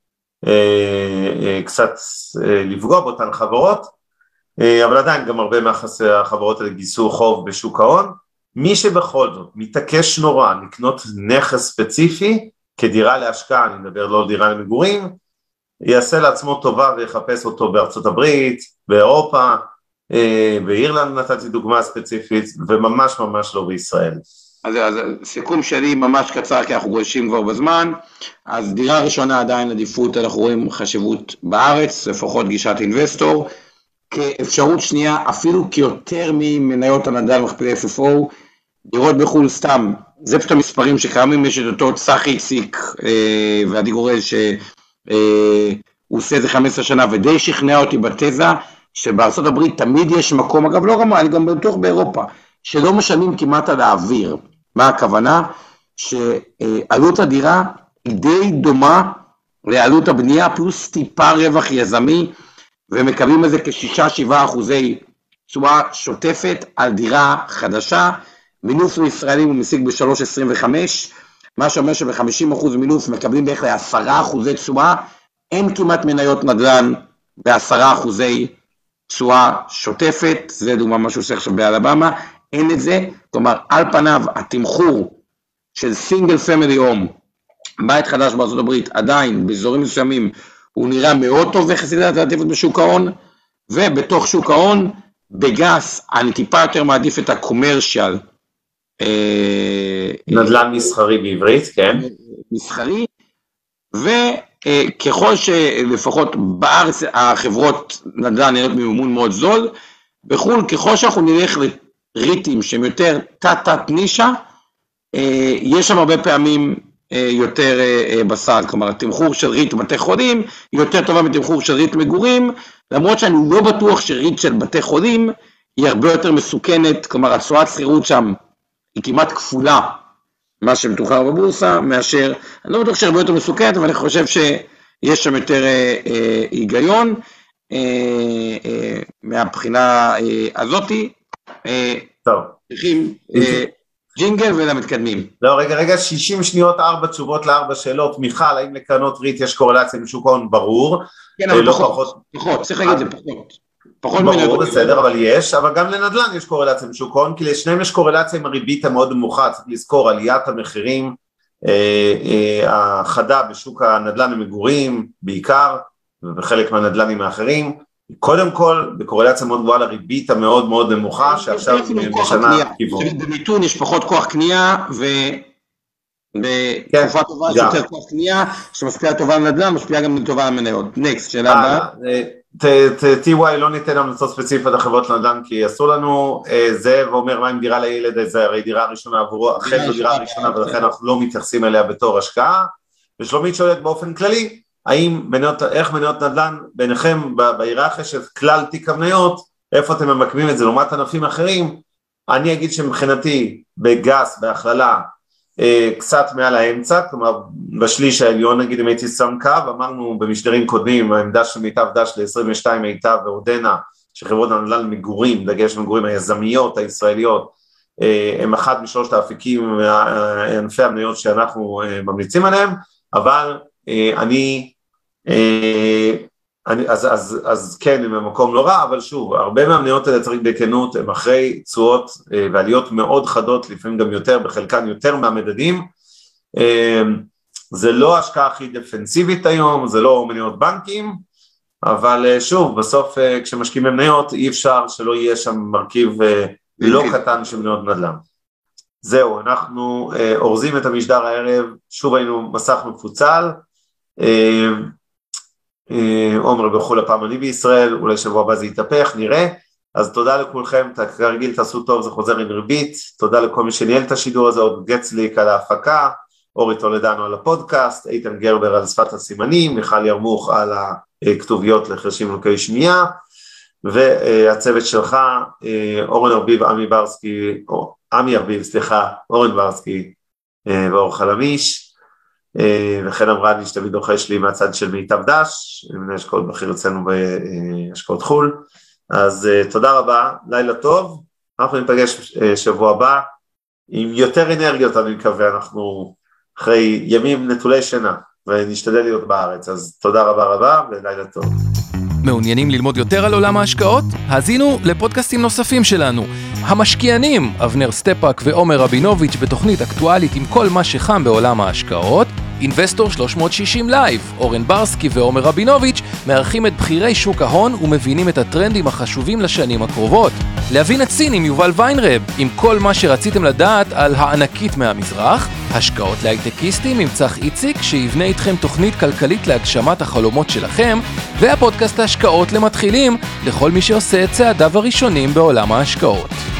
קצת לפגוע באותן חברות, אבל עדיין גם הרבה מהחברות האלה גייסו חוב בשוק ההון. מי שבכל זאת מתעקש נורא לקנות נכס ספציפי כדירה להשקעה, אני מדבר לא דירה למגורים, יעשה לעצמו טובה ויחפש אותו בארצות הברית, באירופה, באירלנד נתתי דוגמה ספציפית, וממש ממש לא בישראל. אז, אז סיכום שלי ממש קצר, כי אנחנו גולשים כבר בזמן. אז דירה ראשונה עדיין עדיפות, אנחנו רואים חשיבות בארץ, לפחות גישת אינבסטור, כאפשרות שנייה, אפילו כיותר ממניות הנדל"ן מכפילי אף אף או, דירות בחו"ל סתם, זה פשוט המספרים שקיימים, יש את אותו צחי איציק אה, ועדי גורל, שהוא אה, עושה איזה חמש עשרה שנה, ודי שכנע אותי בתזה, שבארצות הברית תמיד יש מקום, אגב לא רמה, אני גם בטוח באירופה, שלא משלמים כמעט על האוויר. מה הכוונה? שעלות הדירה היא די דומה לעלות הבנייה, פלוס טיפה רווח יזמי, ומקבלים איזה כשישה שבעה אחוזי תשואה שוטפת על דירה חדשה. מינוף לישראלים הוא משיג ב-שלוש נקודה עשרים וחמש, מה שאומר שב-חמישים אחוז מינוף מקבלים בערך ל-עשרה אחוזי תשואה, אין כמעט מניות נדל"ן ב-עשרה אחוזי תשואה שוטפת, זה דוגמה מה שעושה עכשיו באלבמה, אין את זה, כלומר על פניו התמחור של סינגל פמילי הום, בית חדש בארצות הברית, עדיין באזורים מסוימים, הוא נראה מאוד טוב וחסיד האלטרנטיבות בשוק ההון, ובתוך שוק ההון, בגס, אני טיפה יותר מעדיף את הקומרשיאל. נדל"ן מסחרי בעברית, כן. מסחרי, וככל שלפחות בארץ החברות נדל"ן נראות במימון מאוד זול, בחו"ל ככל שאנחנו נלך לריטים שהם יותר תת-תת נישה, יש שם הרבה פעמים יותר בסל, כלומר התמחור של ריט בתי חולים היא יותר טובה מתמחור של ריט מגורים, למרות שאני לא בטוח שריט של בתי חולים היא הרבה יותר מסוכנת, כלומר התשואת שכירות שם היא כמעט כפולה מה שמתוחר בבורסה, מאשר, אני לא בטוח שהרבה יותר מסוכנת, אבל אני חושב שיש שם יותר אה, אה, היגיון, אה, אה, מהבחינה אה, הזאתי, אה, טוב. צריכים אה, ג'ינגל ולמתקדמים. לא, רגע, רגע, שישים שניות, ארבע תשובות לארבע שאלות. מיכל, האם לקרנות ריט יש קורלציה עם שוק ההון? ברור. כן, אבל לא פחות, פחות, צריך להגיד לפחות. פחות ברור, בסדר, אבל יש, אבל גם לנדל"ן יש קורלציה עם שוק ההון, כי לשניהם יש קורלציה עם הריבית המאוד נמוכה, צריך לזכור עליית המחירים אה, אה, החדה בשוק הנדל"ן המגורים, בעיקר, ובחלק מהנדל"נים האחרים, קודם כל, בקורלציה מאוד גבוהה לריבית המאוד מאוד נמוכה, שעכשיו משנה כיוון. במיתון יש פחות כוח קנייה, ובתקופה טובה יש יותר כוח קנייה, שמשפיעה טובה לנדל"ן, משפיעה גם טובה למניות. נקסט, שאלה הבאה. טי וואי לא ניתן המלצות ספציפיות לחברות נדל"ן, כי אסור לנו, זה ואומר מה עם דירה לילד, זה הרי דירה ראשונה עבורו, אחרי זו דירה ראשונה, ולכן אנחנו לא מתייחסים אליה בתור השקעה, ושלומית שואלת באופן כללי, האם מניות, איך מניות נדל"ן ביניכם בהיררכיה של כלל תיק המניות, איפה אתם ממקמים את זה לעומת ענפים אחרים? אני אגיד שמבחינתי בגס, בהכללה, קצת מעל האמצע, כלומר בשליש העליון נגיד אם הייתי שם קו, אמרנו במשדרים קודמים, העמדה של מיטב דש ל-עשרים ושתיים הייתה ועודנה, שחברות נדל"ן מגורים, דגש מגורים היזמיות הישראליות, הם אחד משלושת האפיקים, ענפי המניות שאנחנו ממליצים עליהם, אבל אני, אני אז, אז, אז כן, הם במקום לא רע, אבל שוב, הרבה מהמניות האלה צריך בכנות, הם אחרי תשואות ועליות מאוד חדות, לפעמים גם יותר, בחלקן יותר מהמדדים, זה לא ההשקעה הכי דפנסיבית היום, זה לא מניות בנקים, אבל שוב, בסוף כשמשקיעים במניות, אי אפשר שלא יהיה שם מרכיב לא קטן של מניות נדל"ן. זהו, אנחנו אורזים את המשדר הערב, שוב היינו מסך מפוצל, עומר בחול הפעם אני בישראל, אולי שבוע הבא זה יתהפך, נראה, אז תודה לכולכם, כרגיל תעשו טוב, זה חוזר עם ריבית, תודה לכל מי שניהל את השידור הזה, עוד גצליק על ההפקה, אורי טולדנו על הפודקאסט, איתן גרבר על שפת הסימנים, מיכל ירמוך על הכתוביות לחרשים ולקויי שמיעה, והצוות שלך, אורן ארביב, עמי ברסקי, או עמי ארביב, סליחה, אורן ברסקי ואור חלמיש, וכן אמרה לי שתמיד דוחש לי מהצד של מיטב דש, מנהל השקעות בכיר אצלנו בהשקעות חול, אז תודה רבה, לילה טוב, אנחנו ניפגש שבוע הבא, עם יותר אנרגיות אני מקווה, אנחנו אחרי ימים נטולי שינה, ונשתדל להיות בארץ, אז תודה רבה רבה ולילה טוב. מעוניינים ללמוד יותר על עולם ההשקעות? האזינו לפודקאסטים נוספים שלנו. המשקיענים, אבנר סטפאק ועומר רבינוביץ' בתוכנית אקטואלית עם כל מה שחם בעולם ההשקעות. אינבסטור שלוש מאות שישים לייב, אורן ברסקי ועומר רבינוביץ' מארחים את בחירי שוק ההון ומבינים את הטרנדים החשובים לשנים הקרובות. להבין את סין עם יובל ויינרב, עם כל מה שרציתם לדעת על הענקית מהמזרח. השקעות להייטקיסטים עם צח איציק שיבנה איתכם תוכנית כלכלית להגשמת החלומות שלכם, והפודקאסט ההשקעות למתחילים לכל מי שעושה את צעדיו הראשונים בעולם ההשקעות.